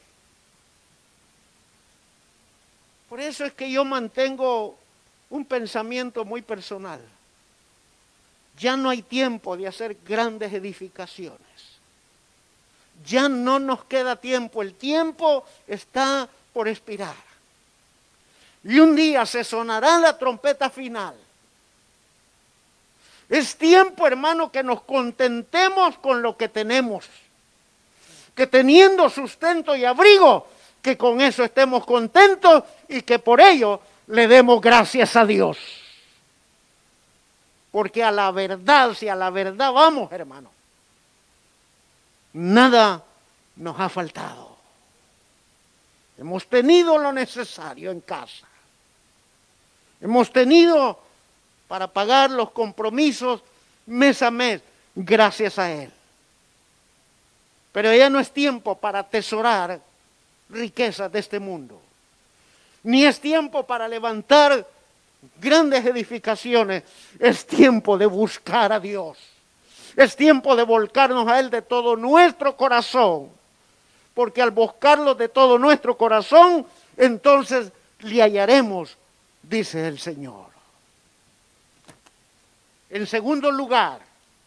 Por eso es que yo mantengo un pensamiento muy personal. Ya no hay tiempo de hacer grandes edificaciones. Ya no nos queda tiempo. El tiempo está por expirar. Y un día se sonará la trompeta final. Es tiempo, hermano, que nos contentemos con lo que tenemos. Que teniendo sustento y abrigo, que con eso estemos contentos y que por ello le demos gracias a Dios. Porque a la verdad, si a la verdad vamos, hermano, nada nos ha faltado. Hemos tenido lo necesario en casa. Hemos tenido para pagar los compromisos mes a mes, gracias a Él. Pero ya no es tiempo para atesorar riquezas de este mundo. Ni es tiempo para levantar grandes edificaciones. Es tiempo de buscar a Dios. Es tiempo de volcarnos a Él de todo nuestro corazón. Porque al buscarlo de todo nuestro corazón, entonces le hallaremos, dice el Señor. En segundo lugar,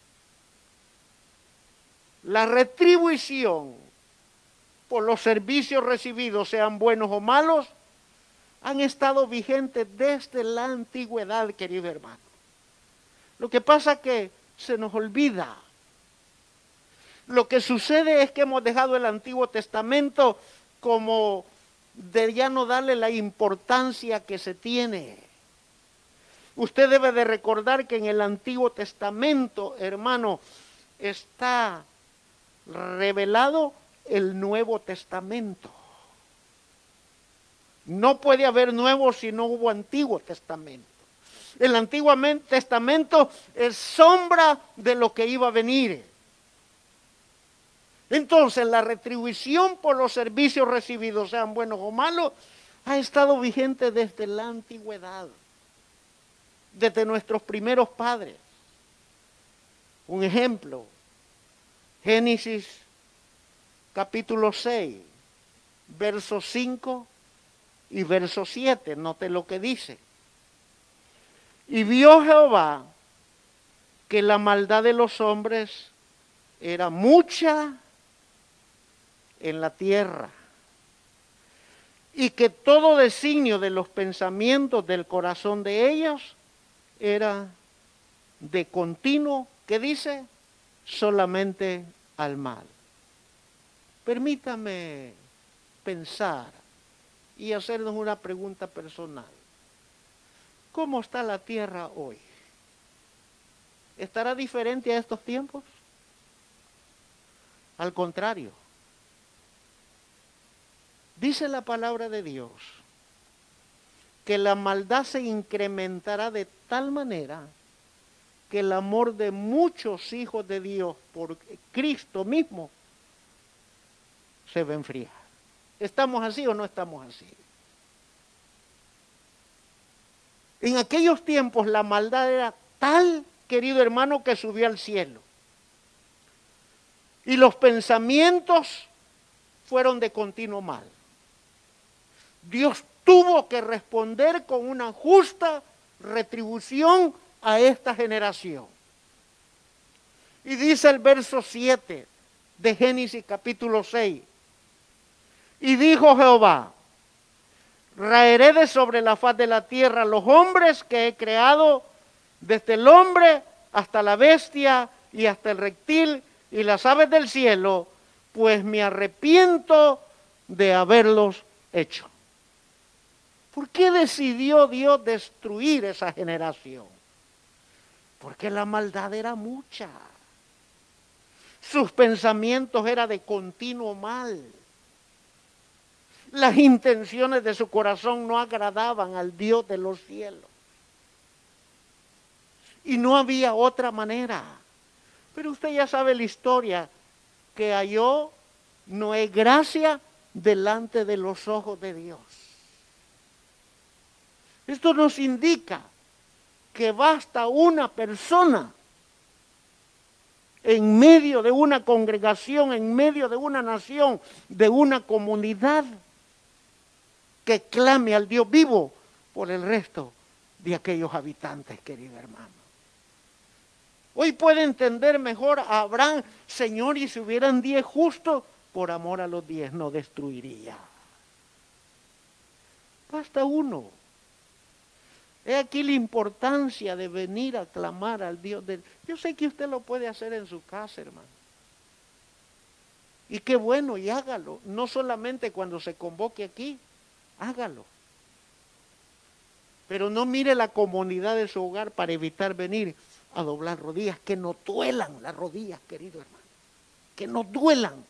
la retribución por los servicios recibidos, sean buenos o malos, han estado vigentes desde la antigüedad, querido hermano. Lo que pasa es que se nos olvida. Lo que sucede es que hemos dejado el Antiguo Testamento como de ya no darle la importancia que se tiene. Usted debe de recordar que en el Antiguo Testamento, hermano, está revelado el Nuevo Testamento. No puede haber nuevo si no hubo Antiguo Testamento. El Antiguo Testamento es sombra de lo que iba a venir. Entonces, la retribución por los servicios recibidos, sean buenos o malos, ha estado vigente desde la antigüedad, desde nuestros primeros padres. Un ejemplo, Génesis capítulo seis, verso cinco y verso siete, note lo que dice. Y vio Jehová que la maldad de los hombres era mucha en la tierra, y que todo designio de los pensamientos del corazón de ellos era de continuo, ¿qué dice? Solamente al mal. Permítame pensar y hacernos una pregunta personal. ¿Cómo está la tierra hoy? ¿Estará diferente a estos tiempos? Al contrario. Dice la palabra de Dios que la maldad se incrementará de tal manera que el amor de muchos hijos de Dios por Cristo mismo se va a enfriar. ¿Estamos así o no estamos así? En aquellos tiempos la maldad era tal, querido hermano, que subió al cielo. Y los pensamientos fueron de continuo mal. Dios tuvo que responder con una justa retribución a esta generación. Y dice el verso siete de Génesis capítulo seis. Y dijo Jehová, raeré de sobre la faz de la tierra los hombres que he creado, desde el hombre hasta la bestia y hasta el reptil y las aves del cielo, pues me arrepiento de haberlos hecho. ¿Por qué decidió Dios destruir esa generación? Porque la maldad era mucha. Sus pensamientos eran de continuo mal. Las intenciones de su corazón no agradaban al Dios de los cielos. Y no había otra manera. Pero usted ya sabe la historia, que halló Noé gracia delante de los ojos de Dios. Esto nos indica que basta una persona en medio de una congregación, en medio de una nación, de una comunidad, que clame al Dios vivo por el resto de aquellos habitantes, querido hermano. Hoy puede entender mejor a Abraham, Señor, y si hubieran diez justos, por amor a los diez no destruiría. Basta uno. He aquí la importancia de venir a clamar al Dios del... Yo sé que usted lo puede hacer en su casa, hermano. Y qué bueno, y hágalo. No solamente cuando se convoque aquí, hágalo. Pero no mire la comunidad de su hogar para evitar venir a doblar rodillas. Que no duelan las rodillas, querido hermano. Que no duelan.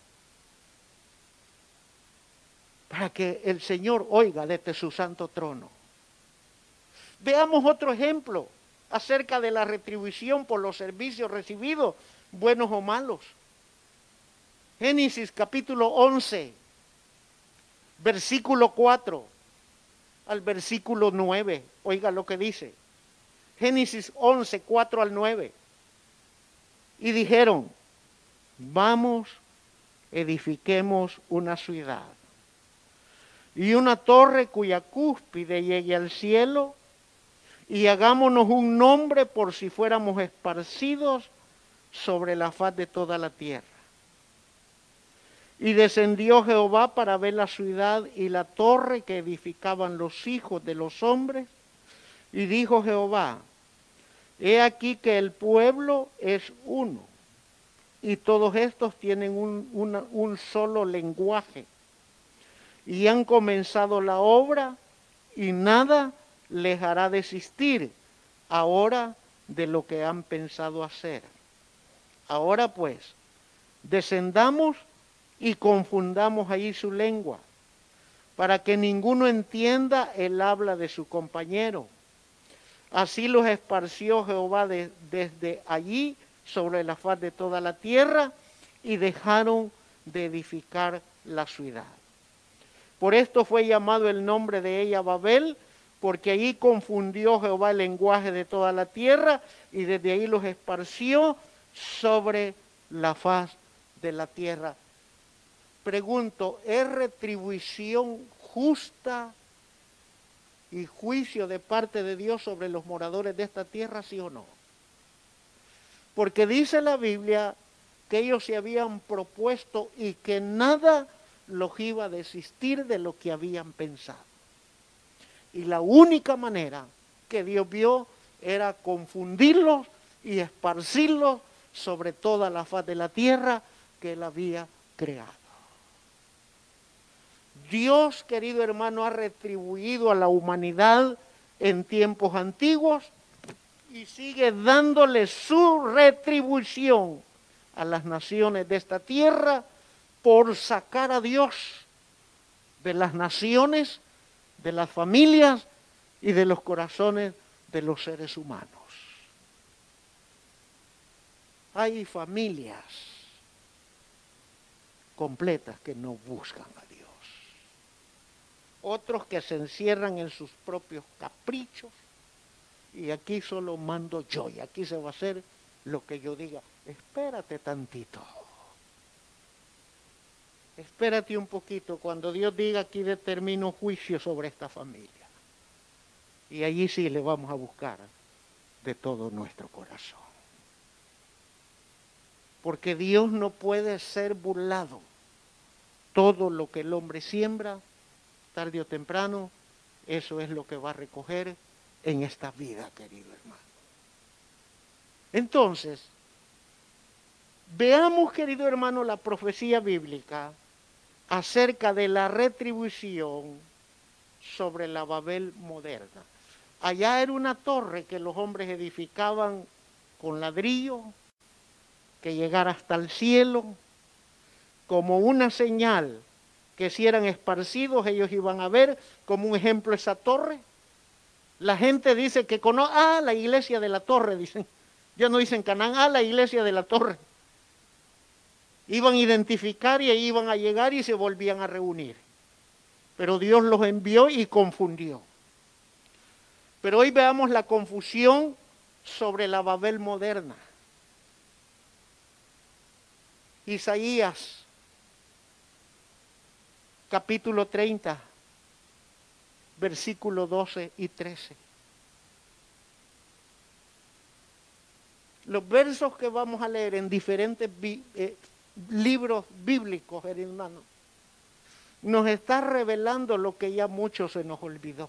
Para que el Señor oiga desde su santo trono. Veamos otro ejemplo acerca de la retribución por los servicios recibidos, buenos o malos. Génesis capítulo once, versículo cuatro al versículo nueve. Oiga lo que dice. Génesis once, cuatro al nueve. Y dijeron, vamos, edifiquemos una ciudad y una torre cuya cúspide llegue al cielo, y hagámonos un nombre por si fuéramos esparcidos sobre la faz de toda la tierra. Y descendió Jehová para ver la ciudad y la torre que edificaban los hijos de los hombres. Y dijo Jehová, he aquí que el pueblo es uno, y todos estos tienen un, una, un solo lenguaje. Y han comenzado la obra, y nada les hará desistir ahora de lo que han pensado hacer. Ahora pues, descendamos y confundamos allí su lengua, para que ninguno entienda el habla de su compañero. Así los esparció Jehová de, desde allí sobre la faz de toda la tierra, y dejaron de edificar la ciudad. Por esto fue llamado el nombre de ella Babel, porque allí confundió Jehová el lenguaje de toda la tierra y desde ahí los esparció sobre la faz de la tierra. Pregunto, ¿es retribución justa y juicio de parte de Dios sobre los moradores de esta tierra, sí o no? Porque dice la Biblia que ellos se habían propuesto y que nada los iba a desistir de lo que habían pensado. Y la única manera que Dios vio era confundirlos y esparcirlos sobre toda la faz de la tierra que Él había creado. Dios, querido hermano, ha retribuido a la humanidad en tiempos antiguos y sigue dándole su retribución a las naciones de esta tierra por sacar a Dios de las naciones, de las familias y de los corazones de los seres humanos. Hay familias completas que no buscan a Dios. Otros que se encierran en sus propios caprichos y aquí solo mando yo y aquí se va a hacer lo que yo diga. Espérate tantito. Espérate un poquito cuando Dios diga aquí determino juicio sobre esta familia. Y allí sí le vamos a buscar de todo nuestro corazón. Porque Dios no puede ser burlado. Todo lo que el hombre siembra, tarde o temprano, eso es lo que va a recoger en esta vida, querido hermano. Entonces, veamos, querido hermano, la profecía bíblica acerca de la retribución sobre la Babel moderna. Allá era una torre que los hombres edificaban con ladrillo, que llegara hasta el cielo, como una señal que si eran esparcidos ellos iban a ver, como un ejemplo esa torre. La gente dice que conoce, ah, la iglesia de la torre, dicen. Ya no dicen Canaán, ah, la iglesia de la torre. Iban a identificar y ahí iban a llegar y se volvían a reunir. Pero Dios los envió y confundió. Pero hoy veamos la confusión sobre la Babel moderna. Isaías, capítulo treinta, versículos doce y trece. Los versos que vamos a leer en diferentes bi, eh, libros bíblicos, hermanos, nos está revelando lo que ya mucho se nos olvidó.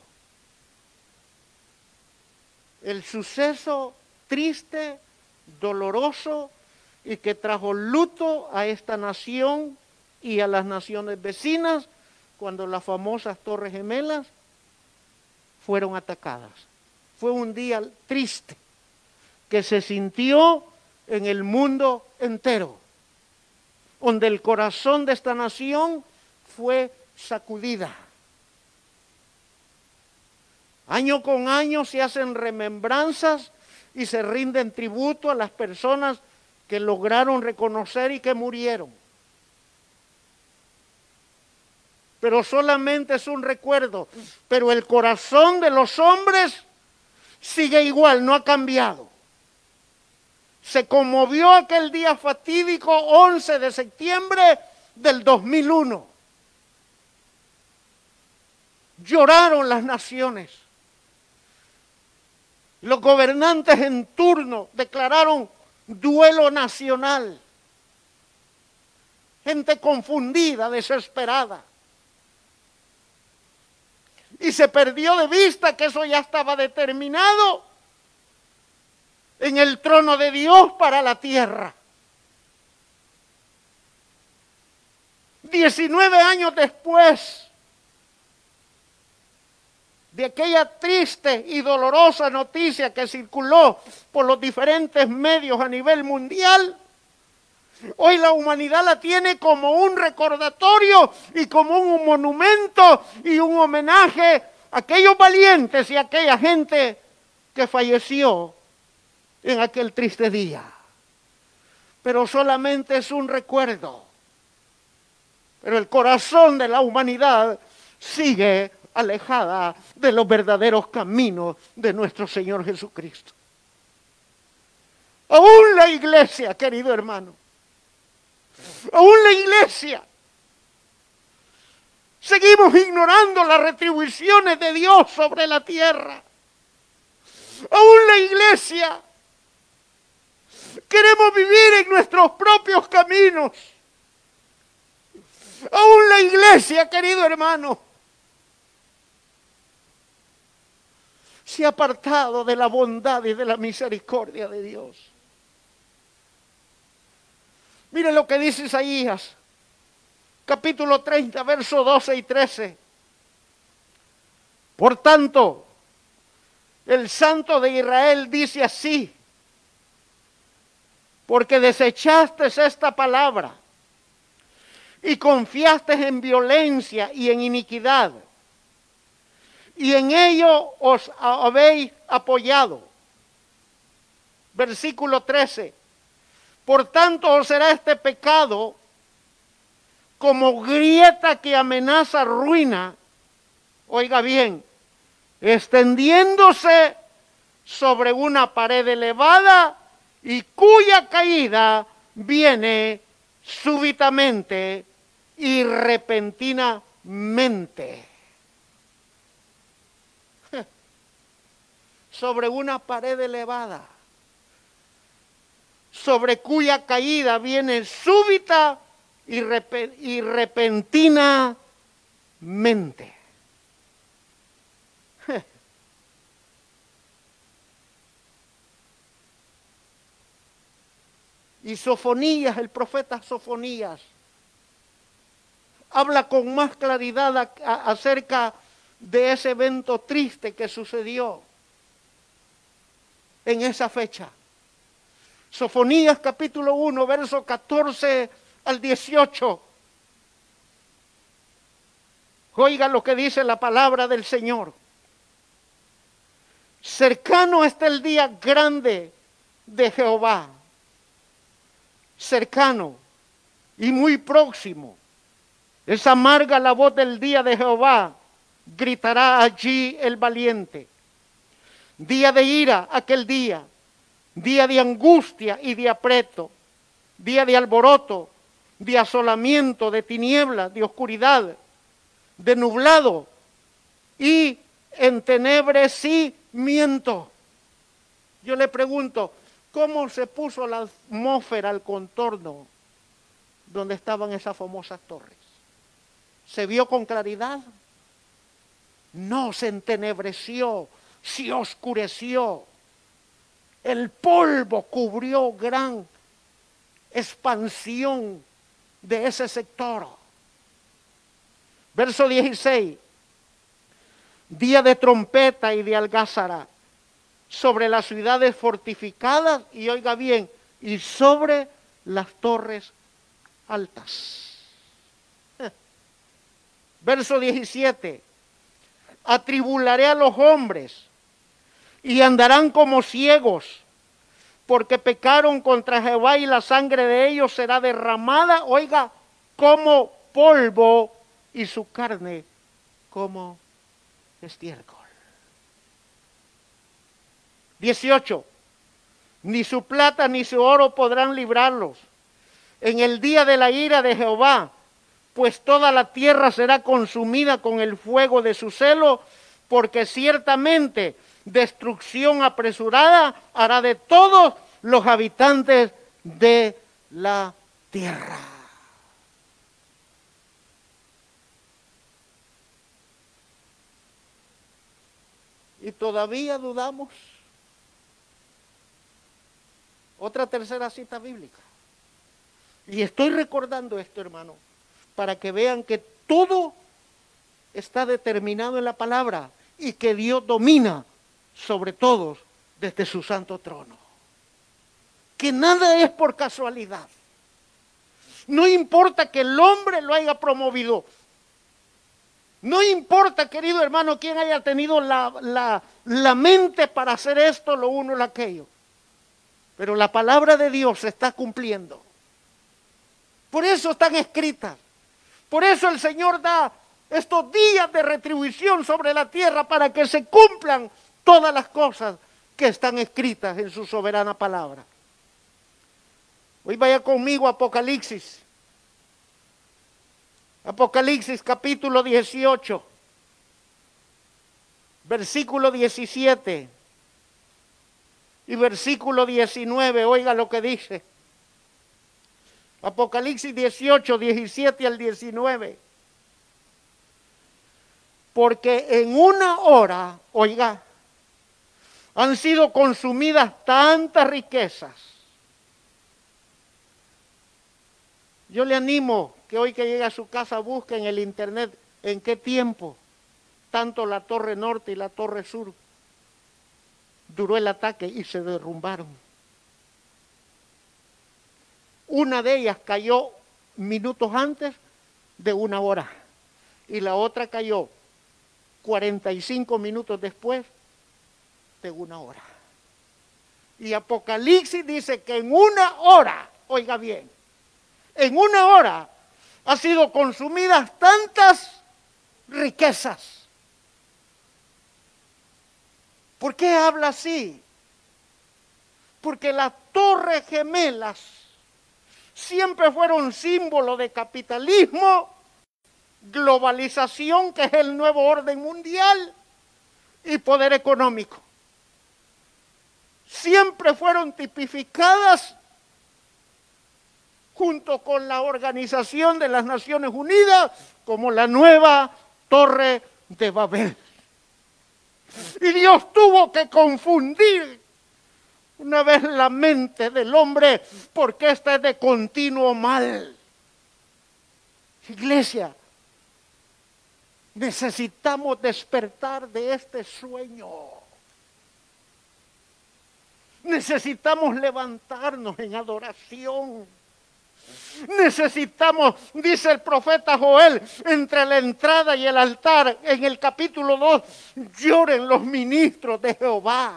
El suceso triste, doloroso y que trajo luto a esta nación y a las naciones vecinas cuando las famosas Torres Gemelas fueron atacadas. Fue un día triste que se sintió en el mundo entero, donde el corazón de esta nación fue sacudida. Año con año se hacen remembranzas y se rinden tributo a las personas que lograron reconocer y que murieron. Pero solamente es un recuerdo. Pero el corazón de los hombres sigue igual, no ha cambiado. Se conmovió aquel día fatídico once de septiembre del dos mil uno. Lloraron las naciones. Los gobernantes en turno declararon duelo nacional. Gente confundida, desesperada. Y se perdió de vista que eso ya estaba determinado en el trono de Dios para la tierra. Diecinueve años después de aquella triste y dolorosa noticia que circuló por los diferentes medios a nivel mundial, hoy la humanidad la tiene como un recordatorio y como un monumento y un homenaje a aquellos valientes y a aquella gente que falleció en aquel triste día. Pero solamente es un recuerdo. Pero el corazón de la humanidad sigue alejada de los verdaderos caminos de nuestro Señor Jesucristo. Aún la iglesia, querido hermano, aún la iglesia, seguimos ignorando las retribuciones de Dios sobre la tierra. Aún la iglesia, queremos vivir en nuestros propios caminos. Aún la iglesia, querido hermano, se ha apartado de la bondad y de la misericordia de Dios. Mire lo que dice Isaías, capítulo treinta, versos doce y trece. Por tanto, el Santo de Israel dice así: porque desechaste esta palabra y confiaste en violencia y en iniquidad, y en ello os habéis apoyado. Versículo trece. Por tanto os será este pecado como grieta que amenaza ruina, oiga bien, extendiéndose sobre una pared elevada y cuya caída viene súbitamente y repentinamente. Sobre una pared elevada, sobre cuya caída viene súbita y, rep- y repentinamente. Y Sofonías, el profeta Sofonías, habla con más claridad a, a, acerca de ese evento triste que sucedió en esa fecha. Sofonías capítulo uno, verso catorce al dieciocho. Oiga lo que dice la palabra del Señor. Cercano está el día grande de Jehová. Cercano y muy próximo. Es amarga la voz del día de Jehová, gritará allí el valiente. Día de ira, aquel día, día de angustia y de aprieto, día de alboroto, de asolamiento, de tinieblas, de oscuridad, de nublado y entenebrecimiento. Yo le pregunto, ¿cómo se puso la atmósfera al contorno donde estaban esas famosas torres? ¿Se vio con claridad? No, se entenebreció, se oscureció. El polvo cubrió gran expansión de ese sector. Verso dieciséis. Día de trompeta y de algázara sobre las ciudades fortificadas, y oiga bien, y sobre las torres altas. Verso diecisiete. Atribularé a los hombres y andarán como ciegos, porque pecaron contra Jehová y la sangre de ellos será derramada, oiga, como polvo y su carne como estiércol. dieciocho. Ni su plata ni su oro podrán librarlos en el día de la ira de Jehová, pues toda la tierra será consumida con el fuego de su celo, porque ciertamente destrucción apresurada hará de todos los habitantes de la tierra. Y todavía dudamos. Otra tercera cita bíblica. Y estoy recordando esto, hermano, para que vean que todo está determinado en la palabra y que Dios domina sobre todos desde su santo trono. Que nada es por casualidad. No importa que el hombre lo haya promovido. No importa, querido hermano, quién haya tenido la, la, la mente para hacer esto, lo uno, lo aquello. Pero la palabra de Dios se está cumpliendo. Por eso están escritas. Por eso el Señor da estos días de retribución sobre la tierra para que se cumplan todas las cosas que están escritas en su soberana palabra. Hoy vaya conmigo a Apocalipsis. Apocalipsis capítulo dieciocho, versículo diecisiete y versículo diecinueve. Oiga lo que dice. Apocalipsis dieciocho, diecisiete al diecinueve. Porque en una hora, oiga, han sido consumidas tantas riquezas. Yo le animo que hoy que llegue a su casa busque en el internet en qué tiempo tanto la Torre Norte y la Torre Sur duró el ataque y se derrumbaron. Una de ellas cayó minutos antes de una hora y la otra cayó cuarenta y cinco minutos después de una hora. Y Apocalipsis dice que en una hora, oiga bien, en una hora ha sido consumidas tantas riquezas. ¿Por qué habla así? Porque las torres gemelas siempre fueron símbolo de capitalismo, globalización, que es el nuevo orden mundial, y poder económico. Siempre fueron tipificadas junto con la Organización de las Naciones Unidas como la nueva Torre de Babel. Y Dios tuvo que confundir una vez la mente del hombre, porque esta es de continuo mal. Iglesia, necesitamos despertar de este sueño. Necesitamos levantarnos en adoración. Necesitamos, dice el profeta Joel, entre la entrada y el altar, en el capítulo dos, lloren los ministros de Jehová.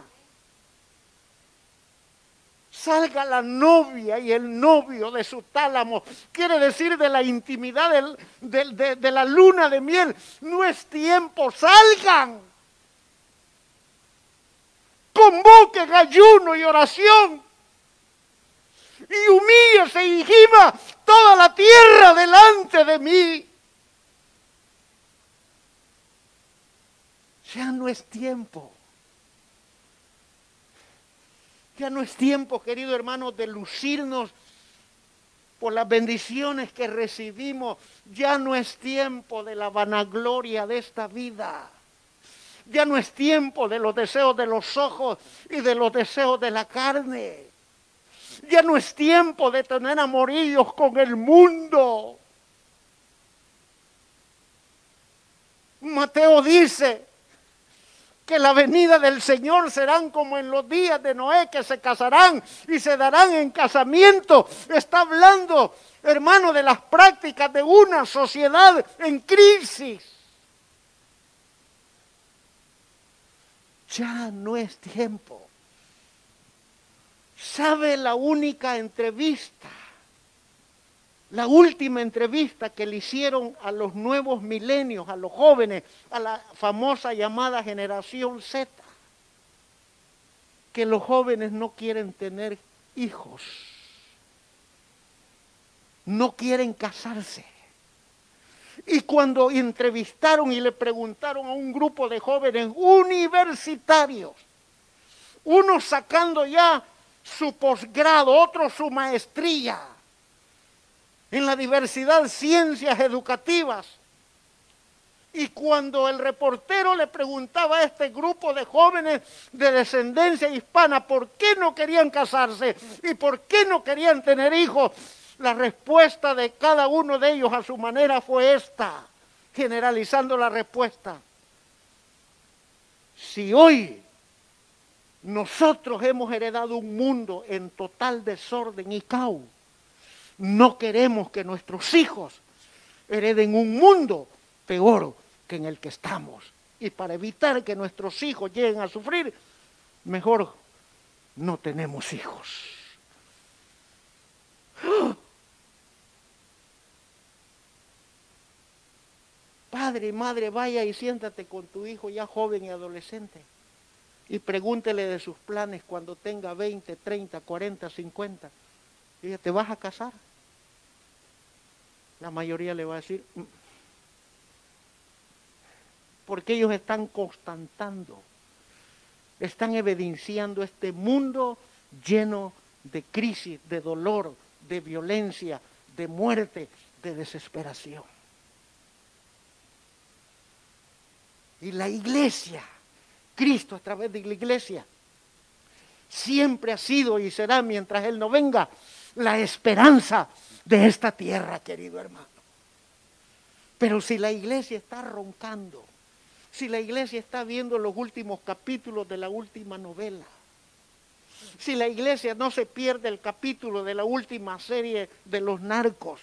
Salga la novia y el novio de su tálamo, quiere decir de la intimidad del, de, de, de la luna de miel. No es tiempo, salgan. Convoquen ayuno y oración. Y humíllese y gima toda la tierra delante de mí. Ya no es tiempo. Ya no es tiempo, querido hermano, de lucirnos por las bendiciones que recibimos. Ya no es tiempo de la vanagloria de esta vida. Ya no es tiempo de los deseos de los ojos y de los deseos de la carne. Ya no es tiempo de tener amoríos con el mundo. Mateo dice que la venida del Señor serán como en los días de Noé, que se casarán y se darán en casamiento. Está hablando, hermano, de las prácticas de una sociedad en crisis. Ya no es tiempo. ¿Sabe la única entrevista? La última entrevista que le hicieron a los nuevos milenios, a los jóvenes, a la famosa llamada generación Z, que los jóvenes no quieren tener hijos, no quieren casarse. Y cuando entrevistaron y le preguntaron a un grupo de jóvenes universitarios, unos sacando ya su posgrado, otros su maestría, en la diversidad de ciencias educativas. Y cuando el reportero le preguntaba a este grupo de jóvenes de descendencia hispana por qué no querían casarse y por qué no querían tener hijos, la respuesta de cada uno de ellos a su manera fue esta, generalizando la respuesta. Si hoy nosotros hemos heredado un mundo en total desorden y caos, no queremos que nuestros hijos hereden un mundo peor que en el que estamos. Y para evitar que nuestros hijos lleguen a sufrir, mejor no tenemos hijos. padre y madre, vaya y siéntate con tu hijo ya joven y adolescente y pregúntele de sus planes cuando tenga veinte, treinta, cuarenta, cincuenta. Y diga, ¿te vas a casar? La mayoría le va a decir, "Mm". Porque ellos están constatando, están evidenciando este mundo lleno de crisis, de dolor, de violencia, de muerte, de desesperación. Y la iglesia, Cristo a través de la iglesia, siempre ha sido y será mientras Él no venga, la esperanza de esta tierra, querido hermano. Pero si la iglesia está roncando, si la iglesia está viendo los últimos capítulos de la última novela, si la iglesia no se pierde el capítulo de la última serie de los narcos,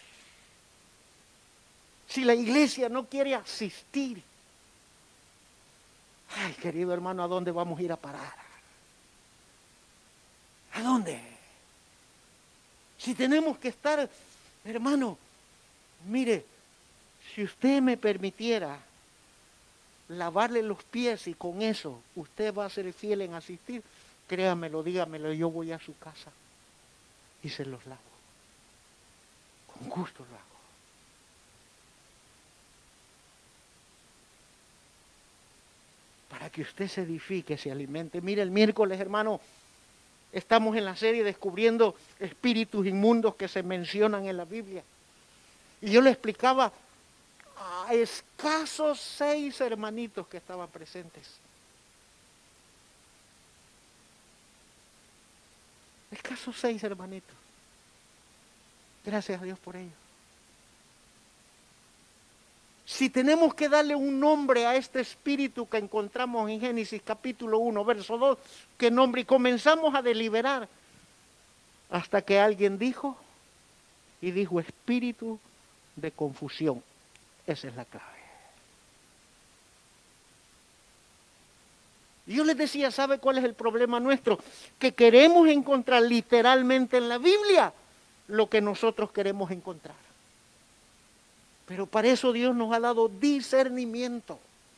si la iglesia no quiere asistir, ay, querido hermano, ¿a dónde vamos a ir a parar? ¿A dónde? Si tenemos que estar, hermano, mire, si usted me permitiera lavarle los pies y con eso usted va a ser fiel en asistir, créamelo, dígamelo, yo voy a su casa y se los lavo. Con gusto lo hago. Para que usted se edifique, se alimente. Mire, el miércoles, hermano, estamos en la serie descubriendo espíritus inmundos que se mencionan en la Biblia. Y yo le explicaba a escasos seis hermanitos que estaban presentes. Escasos seis hermanitos. Gracias a Dios por ello. Si tenemos que darle un nombre a este espíritu que encontramos en Génesis capítulo uno, verso dos, ¿qué nombre? Y comenzamos a deliberar hasta que alguien dijo, y dijo espíritu de confusión. Esa es la clave. Y yo les decía, ¿sabe cuál es el problema nuestro? Que queremos encontrar literalmente en la Biblia lo que nosotros queremos encontrar. Pero para eso Dios nos ha dado discernimiento.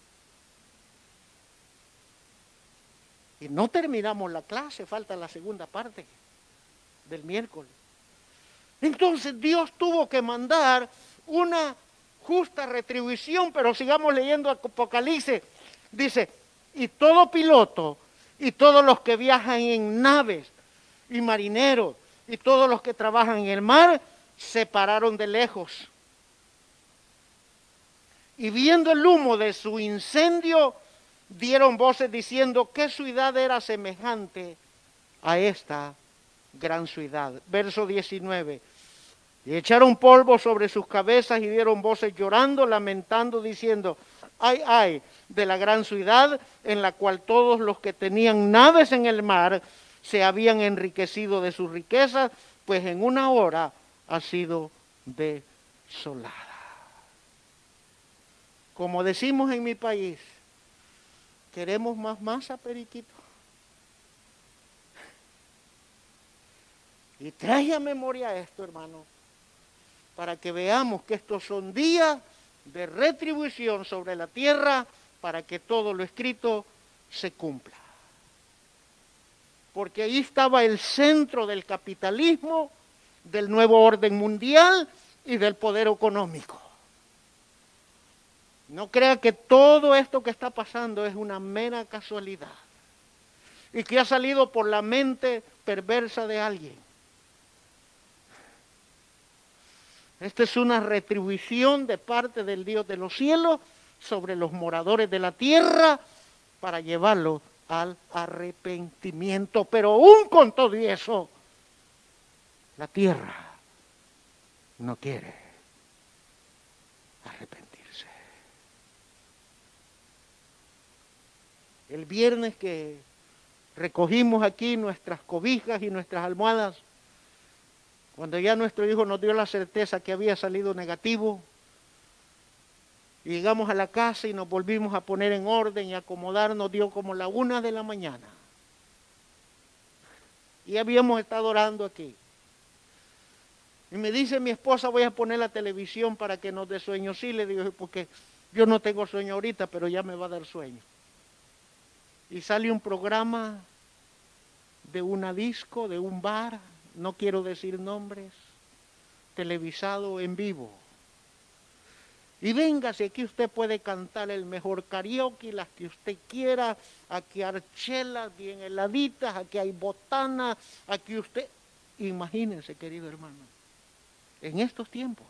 Y no terminamos la clase, falta la segunda parte del miércoles. Entonces Dios tuvo que mandar una justa retribución, pero sigamos leyendo Apocalipsis. Dice, y todo piloto, y todos los que viajan en naves, y marineros, y todos los que trabajan en el mar, se pararon de lejos. Y viendo el humo de su incendio, dieron voces diciendo, ¿qué ciudad era semejante a esta gran ciudad? Verso diecinueve. Y echaron polvo sobre sus cabezas y dieron voces llorando, lamentando, diciendo, ay, ay, de la gran ciudad en la cual todos los que tenían naves en el mar se habían enriquecido de sus riquezas, pues en una hora ha sido desolada. Como decimos en mi país, ¿queremos más masa, periquito? Y trae a memoria esto, hermano, para que veamos que estos son días de retribución sobre la tierra, para que todo lo escrito se cumpla. Porque ahí estaba el centro del capitalismo, del nuevo orden mundial y del poder económico. No crea que todo esto que está pasando es una mera casualidad y que ha salido por la mente perversa de alguien. Esta es una retribución de parte del Dios de los cielos sobre los moradores de la tierra para llevarlos al arrepentimiento. Pero aún con todo eso, la tierra no quiere arrepentirse. El viernes que recogimos aquí nuestras cobijas y nuestras almohadas, cuando ya nuestro hijo nos dio la certeza que había salido negativo, y llegamos a la casa y nos volvimos a poner en orden y acomodar, nos dio como la una de la mañana. Y habíamos estado orando aquí. Y me dice mi esposa, voy a poner la televisión para que nos dé sueño. Sí, le digo, porque Yo no tengo sueño ahorita, pero ya me va a dar sueño. Y sale un programa de una disco, de un bar, no quiero decir nombres, televisado en vivo. Y véngase, aquí usted puede cantar el mejor karaoke, las que usted quiera, aquí hay chelas bien heladitas, aquí hay botanas, aquí usted... Imagínense, querido hermano, en estos tiempos,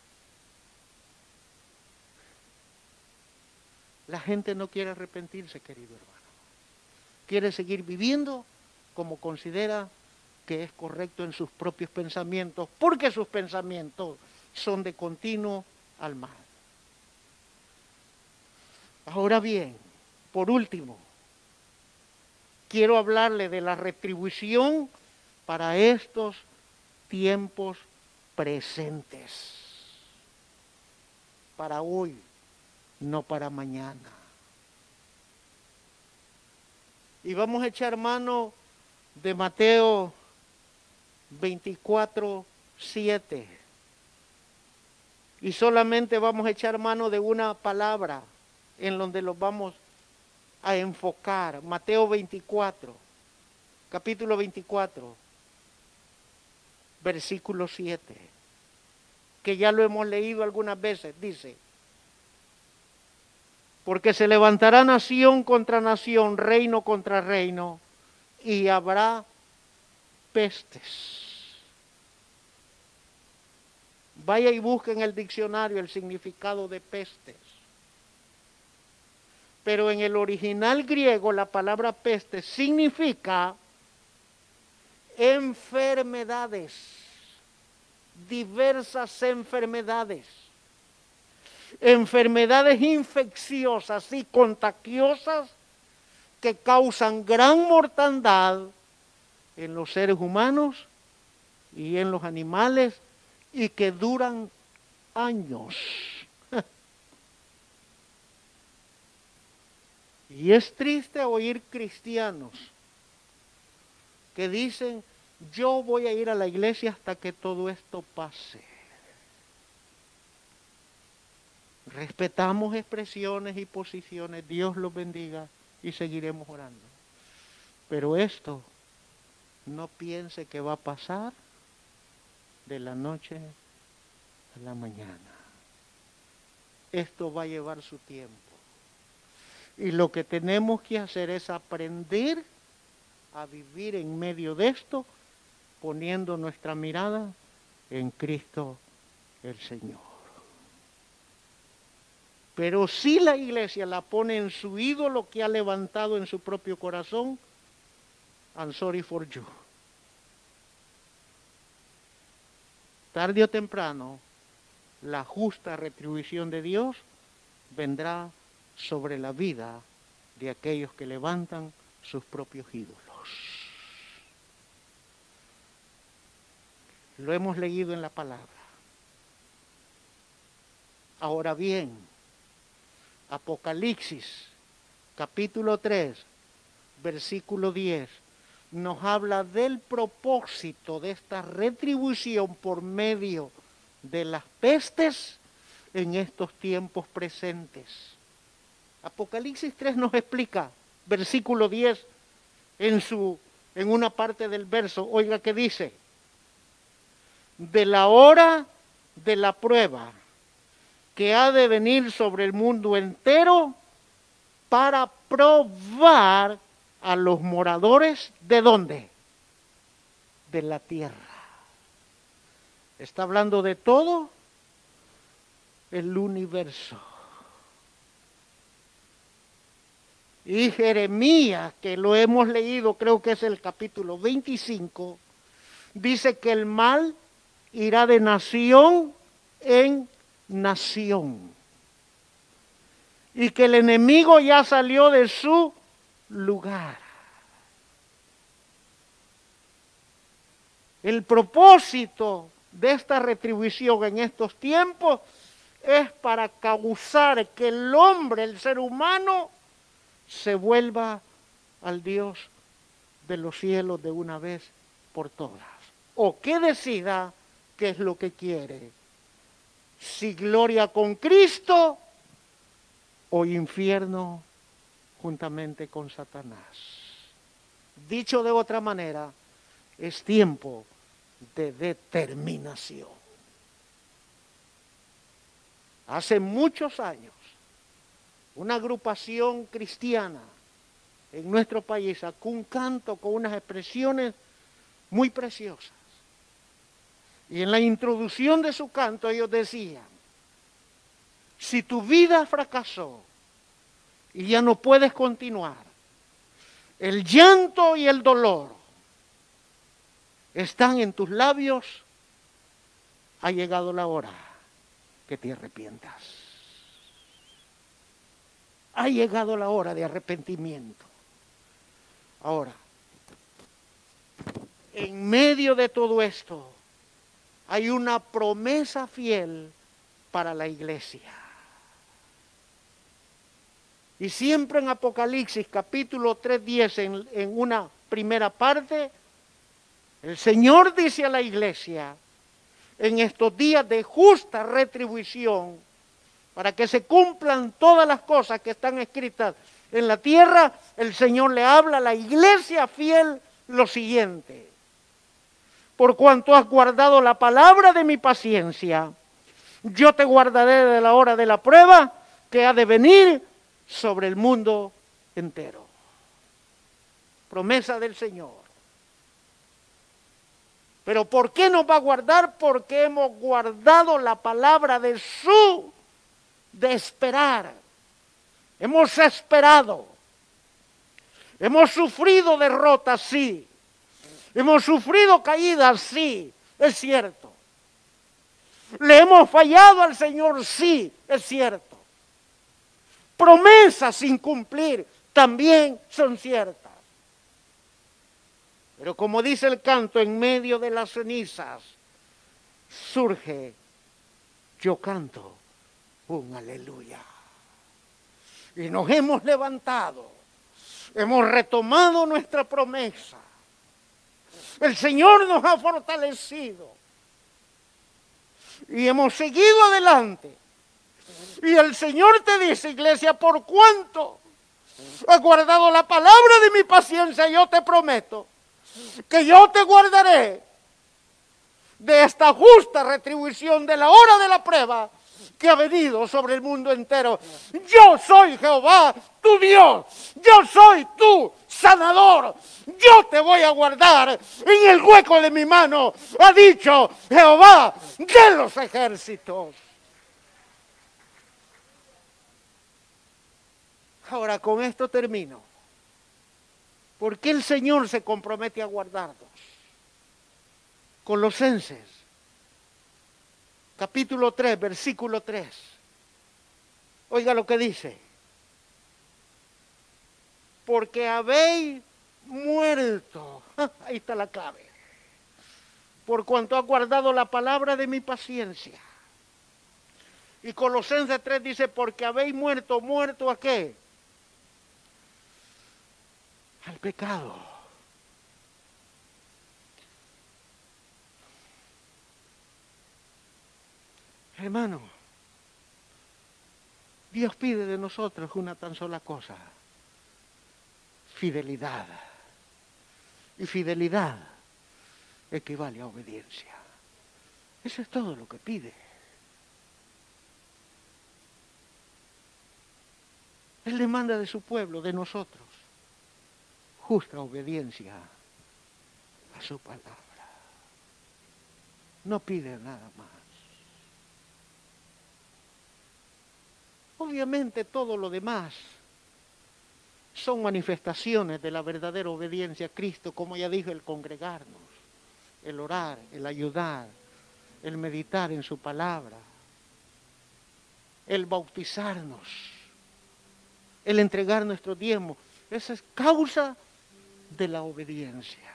la gente no quiere arrepentirse, querido hermano. Quiere seguir viviendo como considera que es correcto en sus propios pensamientos, porque sus pensamientos son de continuo al mal. Ahora bien, por último, quiero hablarle de la retribución para estos tiempos presentes. Para hoy, no para mañana. Y vamos a echar mano de Mateo veinticuatro, siete. Y solamente vamos a echar mano de una palabra en donde los vamos a enfocar. Mateo veinticuatro, capítulo veinticuatro, versículo siete, que ya lo hemos leído algunas veces. Dice: porque se levantará nación contra nación, reino contra reino, y habrá pestes. Vaya y busque en el diccionario el significado de pestes. Pero en el original griego la palabra peste significa enfermedades, diversas enfermedades, enfermedades infecciosas y contagiosas que causan gran mortandad en los seres humanos y en los animales y que duran años. Y es triste oír cristianos que dicen: yo voy a ir a la iglesia hasta que todo esto pase. Respetamos expresiones y posiciones, Dios los bendiga y seguiremos orando. Pero esto no piense que va a pasar de la noche a la mañana. Esto va a llevar su tiempo. Y lo que tenemos que hacer es aprender a vivir en medio de esto, poniendo nuestra mirada en Cristo el Señor. Pero si la iglesia la pone en su ídolo que ha levantado en su propio corazón, I'm sorry for you. Tarde o temprano, la justa retribución de Dios vendrá sobre la vida de aquellos que levantan sus propios ídolos. Lo hemos leído en la palabra. Ahora bien, Apocalipsis, capítulo tres, versículo diez, nos habla del propósito de esta retribución por medio de las pestes en estos tiempos presentes. Apocalipsis tres nos explica, versículo diez, en, su, en una parte del verso, oiga que dice: de la hora de la prueba que ha de venir sobre el mundo entero para probar a los moradores, ¿de dónde? De la tierra. Está hablando de todo el universo. Y Jeremías, que lo hemos leído, creo que es el capítulo veinticinco, dice que el mal irá de nación en nación. Y que el enemigo ya salió de su lugar. El propósito de esta retribución en estos tiempos es para causar que el hombre, el ser humano, se vuelva al Dios de los cielos de una vez por todas. O que decida qué es lo que quiere. Si gloria con Cristo o infierno juntamente con Satanás. Dicho de otra manera, es tiempo de determinación. Hace muchos años, una agrupación cristiana en nuestro país sacó un canto con unas expresiones muy preciosas. Y en la introducción de su canto ellos decían: si tu vida fracasó y ya no puedes continuar, el llanto y el dolor están en tus labios, ha llegado la hora que te arrepientas. Ha llegado la hora de arrepentimiento. Ahora, en medio de todo esto, hay una promesa fiel para la iglesia. Y siempre en Apocalipsis capítulo tres, diez, en, en una primera parte, el Señor dice a la iglesia, en estos días de justa retribución, para que se cumplan todas las cosas que están escritas en la tierra, el Señor le habla a la iglesia fiel lo siguiente: por cuanto has guardado la palabra de mi paciencia, yo te guardaré de la hora de la prueba que ha de venir sobre el mundo entero. Promesa del Señor. Pero ¿por qué nos va a guardar? Porque hemos guardado la palabra de su, de esperar. Hemos esperado. Hemos sufrido derrotas, sí. Hemos sufrido caídas, sí, es cierto. Le hemos fallado al Señor, sí, es cierto. Promesas sin cumplir también son ciertas. Pero como dice el canto, en medio de las cenizas surge, yo canto un aleluya. Y nos hemos levantado, hemos retomado nuestra promesa. El Señor nos ha fortalecido y hemos seguido adelante. Y el Señor te dice, iglesia, por cuanto has guardado la palabra de mi paciencia, yo te prometo que yo te guardaré de esta justa retribución de la hora de la prueba que ha venido sobre el mundo entero. Yo soy Jehová, tu Dios. Yo soy tu sanador. Yo te voy a guardar en el hueco de mi mano, ha dicho Jehová de los ejércitos. Ahora, con esto termino. ¿Por qué el Señor se compromete a guardarnos? Colosenses, capítulo tres, versículo tres. Oiga lo que dice. Porque habéis muerto. Ahí está la clave. Por cuanto has guardado la palabra de mi paciencia. Y Colosenses tres dice, porque habéis muerto, ¿muerto a qué? Al pecado. Hermano, Dios pide de nosotros una tan sola cosa: fidelidad. Y fidelidad equivale a obediencia. Eso es todo lo que pide. Él demanda de su pueblo, de nosotros, justa obediencia a su palabra. No pide nada más. Obviamente todo lo demás son manifestaciones de la verdadera obediencia a Cristo, como ya dijo, el congregarnos, el orar, el ayudar, el meditar en su palabra, el bautizarnos, el entregar nuestro diezmo. Esa es causa de la obediencia.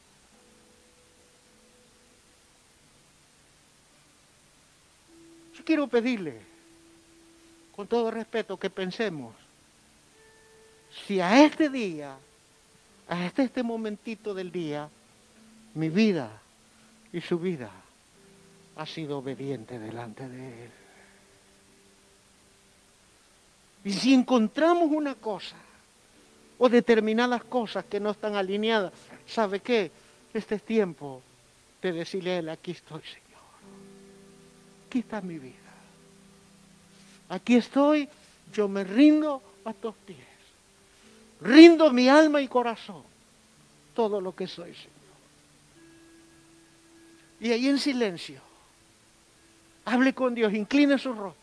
Yo quiero pedirle, con todo respeto, que pensemos si a este día, hasta este momentito del día, mi vida y su vida ha sido obediente delante de Él. Y si encontramos una cosa o determinadas cosas que no están alineadas, ¿sabe qué? Este es tiempo de decirle a Él, aquí estoy, Señor. Aquí está mi vida. Aquí estoy, yo me rindo a tus pies. Rindo mi alma y corazón, todo lo que soy, Señor. Y ahí en silencio, hable con Dios, incline su rostro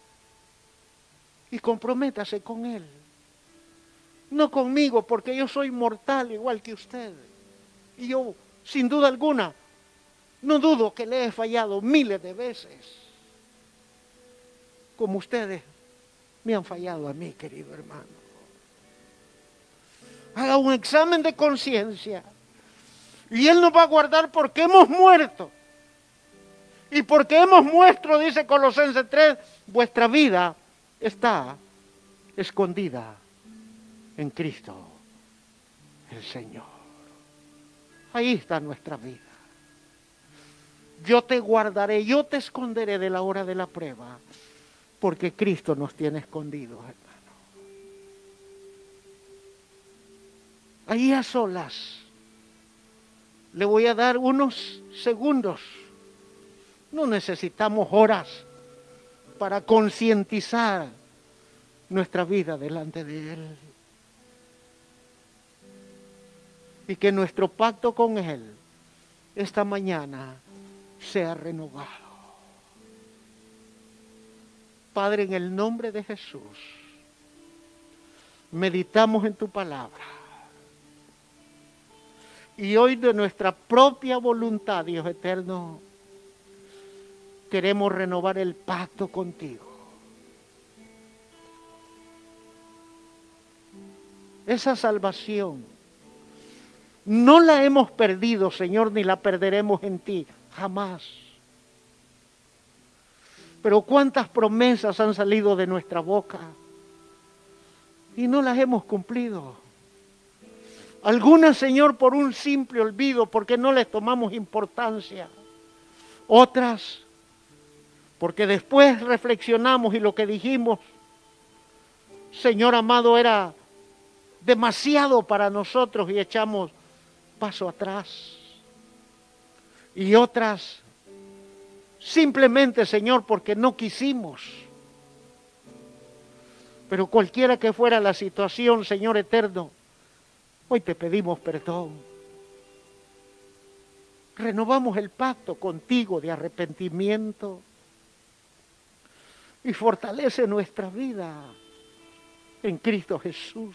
y comprométase con Él. No conmigo, porque yo soy mortal igual que usted. Y yo, sin duda alguna, no dudo que le he fallado miles de veces, como ustedes me han fallado a mí, querido hermano. Haga un examen de conciencia y Él nos va a guardar porque hemos muerto. Y porque hemos muerto, dice Colosenses tres, vuestra vida está escondida en Cristo, el Señor. Ahí está nuestra vida. Yo te guardaré, yo te esconderé de la hora de la prueba, porque Cristo nos tiene escondidos, hermano. Ahí a solas, le voy a dar unos segundos. No necesitamos horas para concientizar nuestra vida delante de Él. Y que nuestro pacto con Él esta mañana sea renovado. Padre, en el nombre de Jesús, meditamos en tu palabra. Y hoy de nuestra propia voluntad, Dios eterno, queremos renovar el pacto contigo. Esa salvación no la hemos perdido, Señor, ni la perderemos en ti, jamás. Pero cuántas promesas han salido de nuestra boca y no las hemos cumplido. Algunas, Señor, por un simple olvido, porque no les tomamos importancia. Otras, porque después reflexionamos y lo que dijimos, Señor amado, era demasiado para nosotros y echamos paso atrás. Y otras, simplemente, Señor, porque no quisimos. Pero cualquiera que fuera la situación, Señor eterno, hoy te pedimos perdón. Renovamos el pacto contigo de arrepentimiento y fortalece nuestra vida en Cristo Jesús.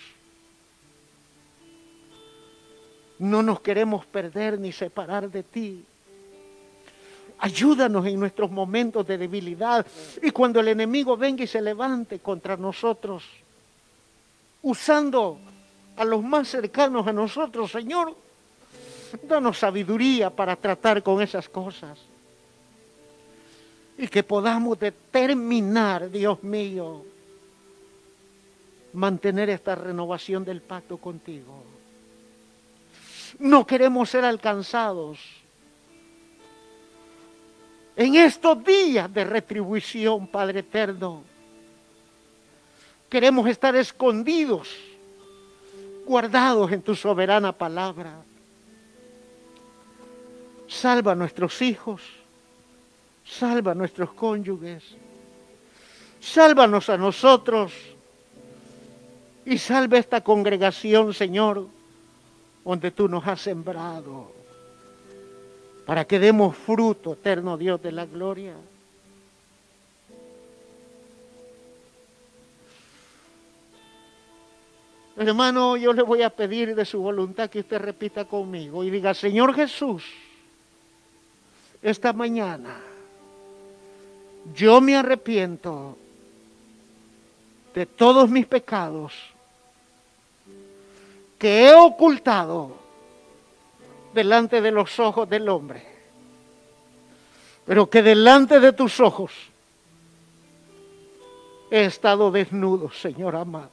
No nos queremos perder ni separar de ti. Ayúdanos en nuestros momentos de debilidad y cuando el enemigo venga y se levante contra nosotros, usando a los más cercanos a nosotros, Señor, danos sabiduría para tratar con esas cosas. Y que podamos determinar, Dios mío, mantener esta renovación del pacto contigo. No queremos ser alcanzados en estos días de retribución, Padre eterno. Queremos estar escondidos, guardados en tu soberana palabra. Salva a nuestros hijos, salva a nuestros cónyuges, sálvanos a nosotros y salva esta congregación, Señor, donde tú nos has sembrado, para que demos fruto, eterno Dios de la gloria. Hermano, yo le voy a pedir de su voluntad que usted repita conmigo y diga: Señor Jesús, esta mañana yo me arrepiento de todos mis pecados que he ocultado delante de los ojos del hombre, pero que delante de tus ojos he estado desnudo, Señor amado.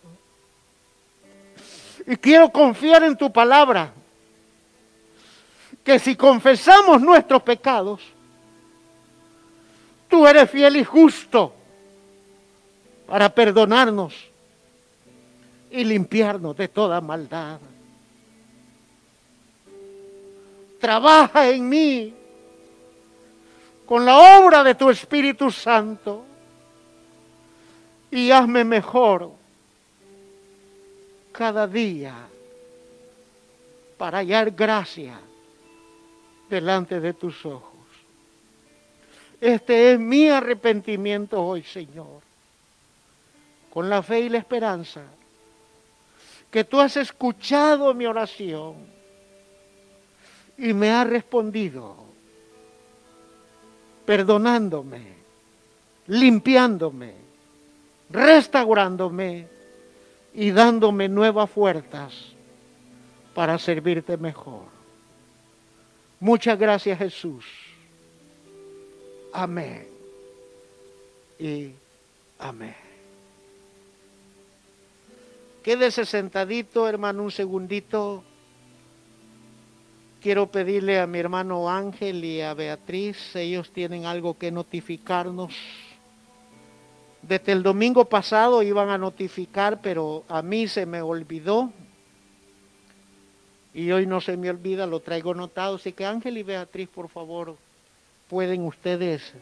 Y quiero confiar en tu palabra, que si confesamos nuestros pecados, tú eres fiel y justo para perdonarnos y limpiarnos de toda maldad. Trabaja en mí con la obra de tu Espíritu Santo y hazme mejor cada día para hallar gracia delante de tus ojos. Este es mi arrepentimiento hoy, Señor, con la fe y la esperanza que tú has escuchado mi oración y me has respondido, perdonándome, limpiándome, restaurándome y dándome nuevas fuerzas para servirte mejor. Muchas gracias, Jesús. Amén y amén. Quédese sentadito, hermano, un segundito. Quiero pedirle a mi hermano Ángel y a Beatriz, ellos tienen algo que notificarnos. Desde el domingo pasado iban a notificar, pero a mí se me olvidó. Y hoy no se me olvida, lo traigo notado. Así que Ángel y Beatriz, por favor, pueden ustedes.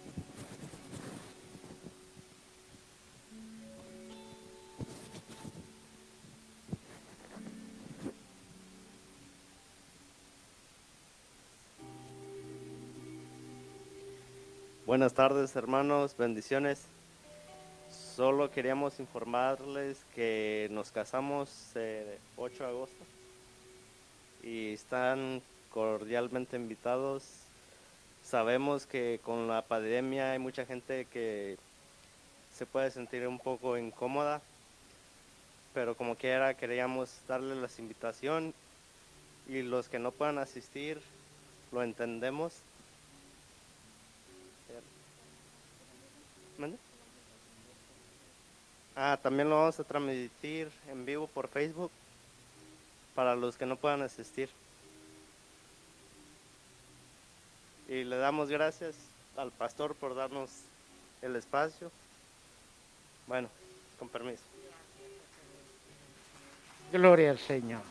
Buenas tardes, hermanos, bendiciones. Solo queríamos informarles que nos casamos el ocho de agosto y están cordialmente invitados. Sabemos que con la pandemia hay mucha gente que se puede sentir un poco incómoda, pero como quiera queríamos darles la invitación y los que no puedan asistir lo entendemos. ¿Mande? Ah, también lo vamos a transmitir en vivo por Facebook para los que no puedan asistir. Y le damos gracias al pastor por darnos el espacio. Bueno, con permiso. Gloria al Señor.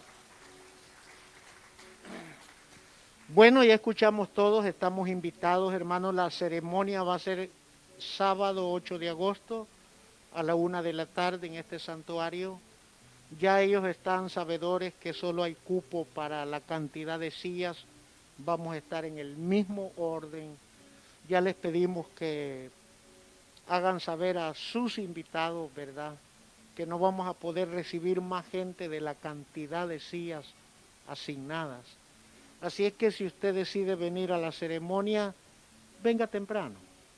Bueno, ya escuchamos todos, estamos invitados, hermanos. La ceremonia va a ser sábado ocho de agosto a la una de la tarde en este santuario. Ya ellos están sabedores que solo hay cupo para la cantidad de sillas. Vamos a estar en el mismo orden. Ya les pedimos que hagan saber a sus invitados, ¿verdad?, que no vamos a poder recibir más gente de la cantidad de sillas asignadas. Así es que si usted decide venir a la ceremonia, venga temprano.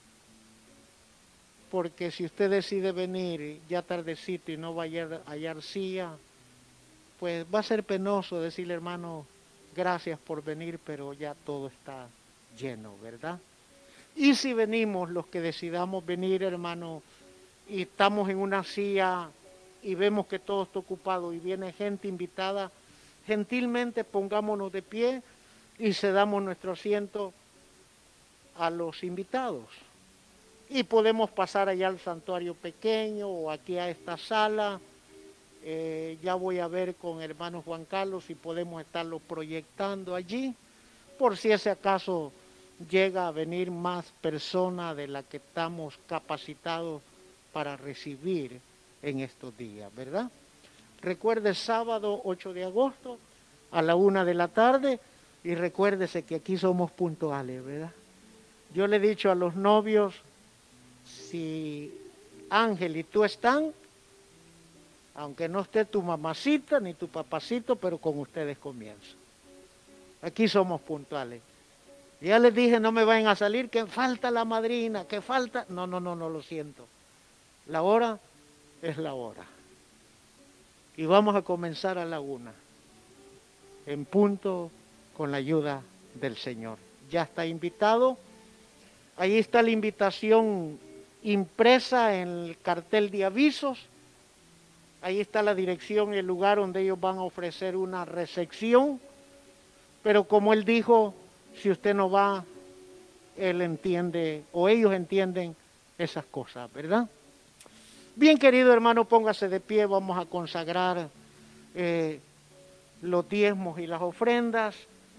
Porque si usted decide venir ya tardecito y no va a hallar, hallar silla, pues va a ser penoso decirle, hermano, gracias por venir, pero ya todo está lleno, ¿verdad? Y si venimos los que decidamos venir, hermano, y estamos en una silla y vemos que todo está ocupado y viene gente invitada, gentilmente pongámonos de pie y cedamos nuestro asiento a los invitados. Y podemos pasar allá al santuario pequeño o aquí a esta sala. Eh, ya voy a ver con hermano Juan Carlos si podemos estarlo proyectando allí, por si ese acaso llega a venir más personas de las que estamos capacitados para recibir en estos días, ¿verdad? Recuerde, sábado ocho de agosto a la una de la tarde, y recuérdese que aquí somos puntuales, ¿verdad? Yo le he dicho a los novios, si Ángel y tú están, aunque no esté tu mamacita ni tu papacito, pero con ustedes comienzo. Aquí somos puntuales. Ya les dije, no me vayan a salir, que falta la madrina, que falta... No, no, no, no, lo siento. La hora es la hora. Y vamos a comenzar a la una, en punto, con la ayuda del Señor. Ya está invitado. Ahí está la invitación impresa en el cartel de avisos. Ahí está la dirección y el lugar donde ellos van a ofrecer una recepción. Pero como él dijo, si usted no va, él entiende, o ellos entienden esas cosas, ¿verdad? Bien, querido hermano, póngase de pie, vamos a consagrar eh, los diezmos y las ofrendas.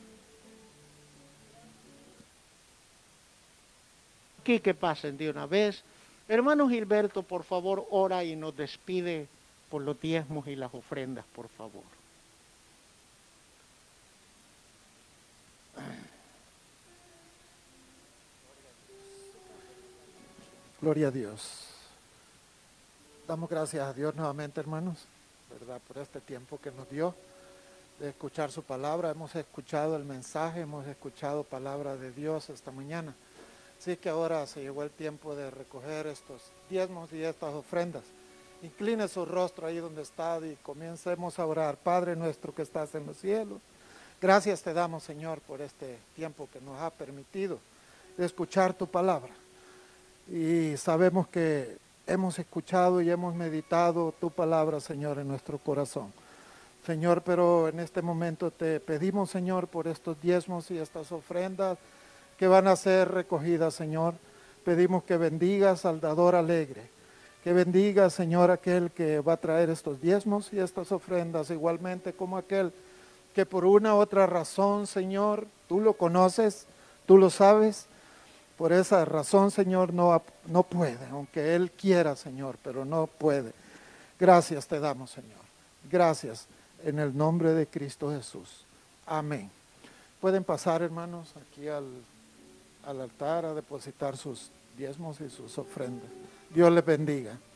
Aquí que pasen de una vez. Hermano Gilberto, por favor, ora y nos despide por los diezmos y las ofrendas, por favor. Gloria a Dios. Damos gracias a Dios nuevamente, hermanos, ¿verdad? Por este tiempo que nos dio de escuchar su palabra. Hemos escuchado el mensaje, hemos escuchado palabra de Dios esta mañana. Así que ahora se llegó el tiempo de recoger estos diezmos y estas ofrendas. Incline su rostro ahí donde está y comencemos a orar. Padre nuestro que estás en los cielos, gracias te damos, Señor, por este tiempo que nos ha permitido de escuchar tu palabra. Y sabemos que hemos escuchado y hemos meditado tu palabra, Señor, en nuestro corazón. Señor, pero en este momento te pedimos, Señor, por estos diezmos y estas ofrendas que van a ser recogidas, Señor. Pedimos que bendigas al dador alegre, que bendiga, Señor, aquel que va a traer estos diezmos y estas ofrendas, igualmente como aquel que por una u otra razón, Señor, tú lo conoces, tú lo sabes. Por esa razón, Señor, no, no puede, aunque Él quiera, Señor, pero no puede. Gracias te damos, Señor. Gracias en el nombre de Cristo Jesús. Amén. Pueden pasar, hermanos, aquí al, al altar a depositar sus diezmos y sus ofrendas. Dios les bendiga.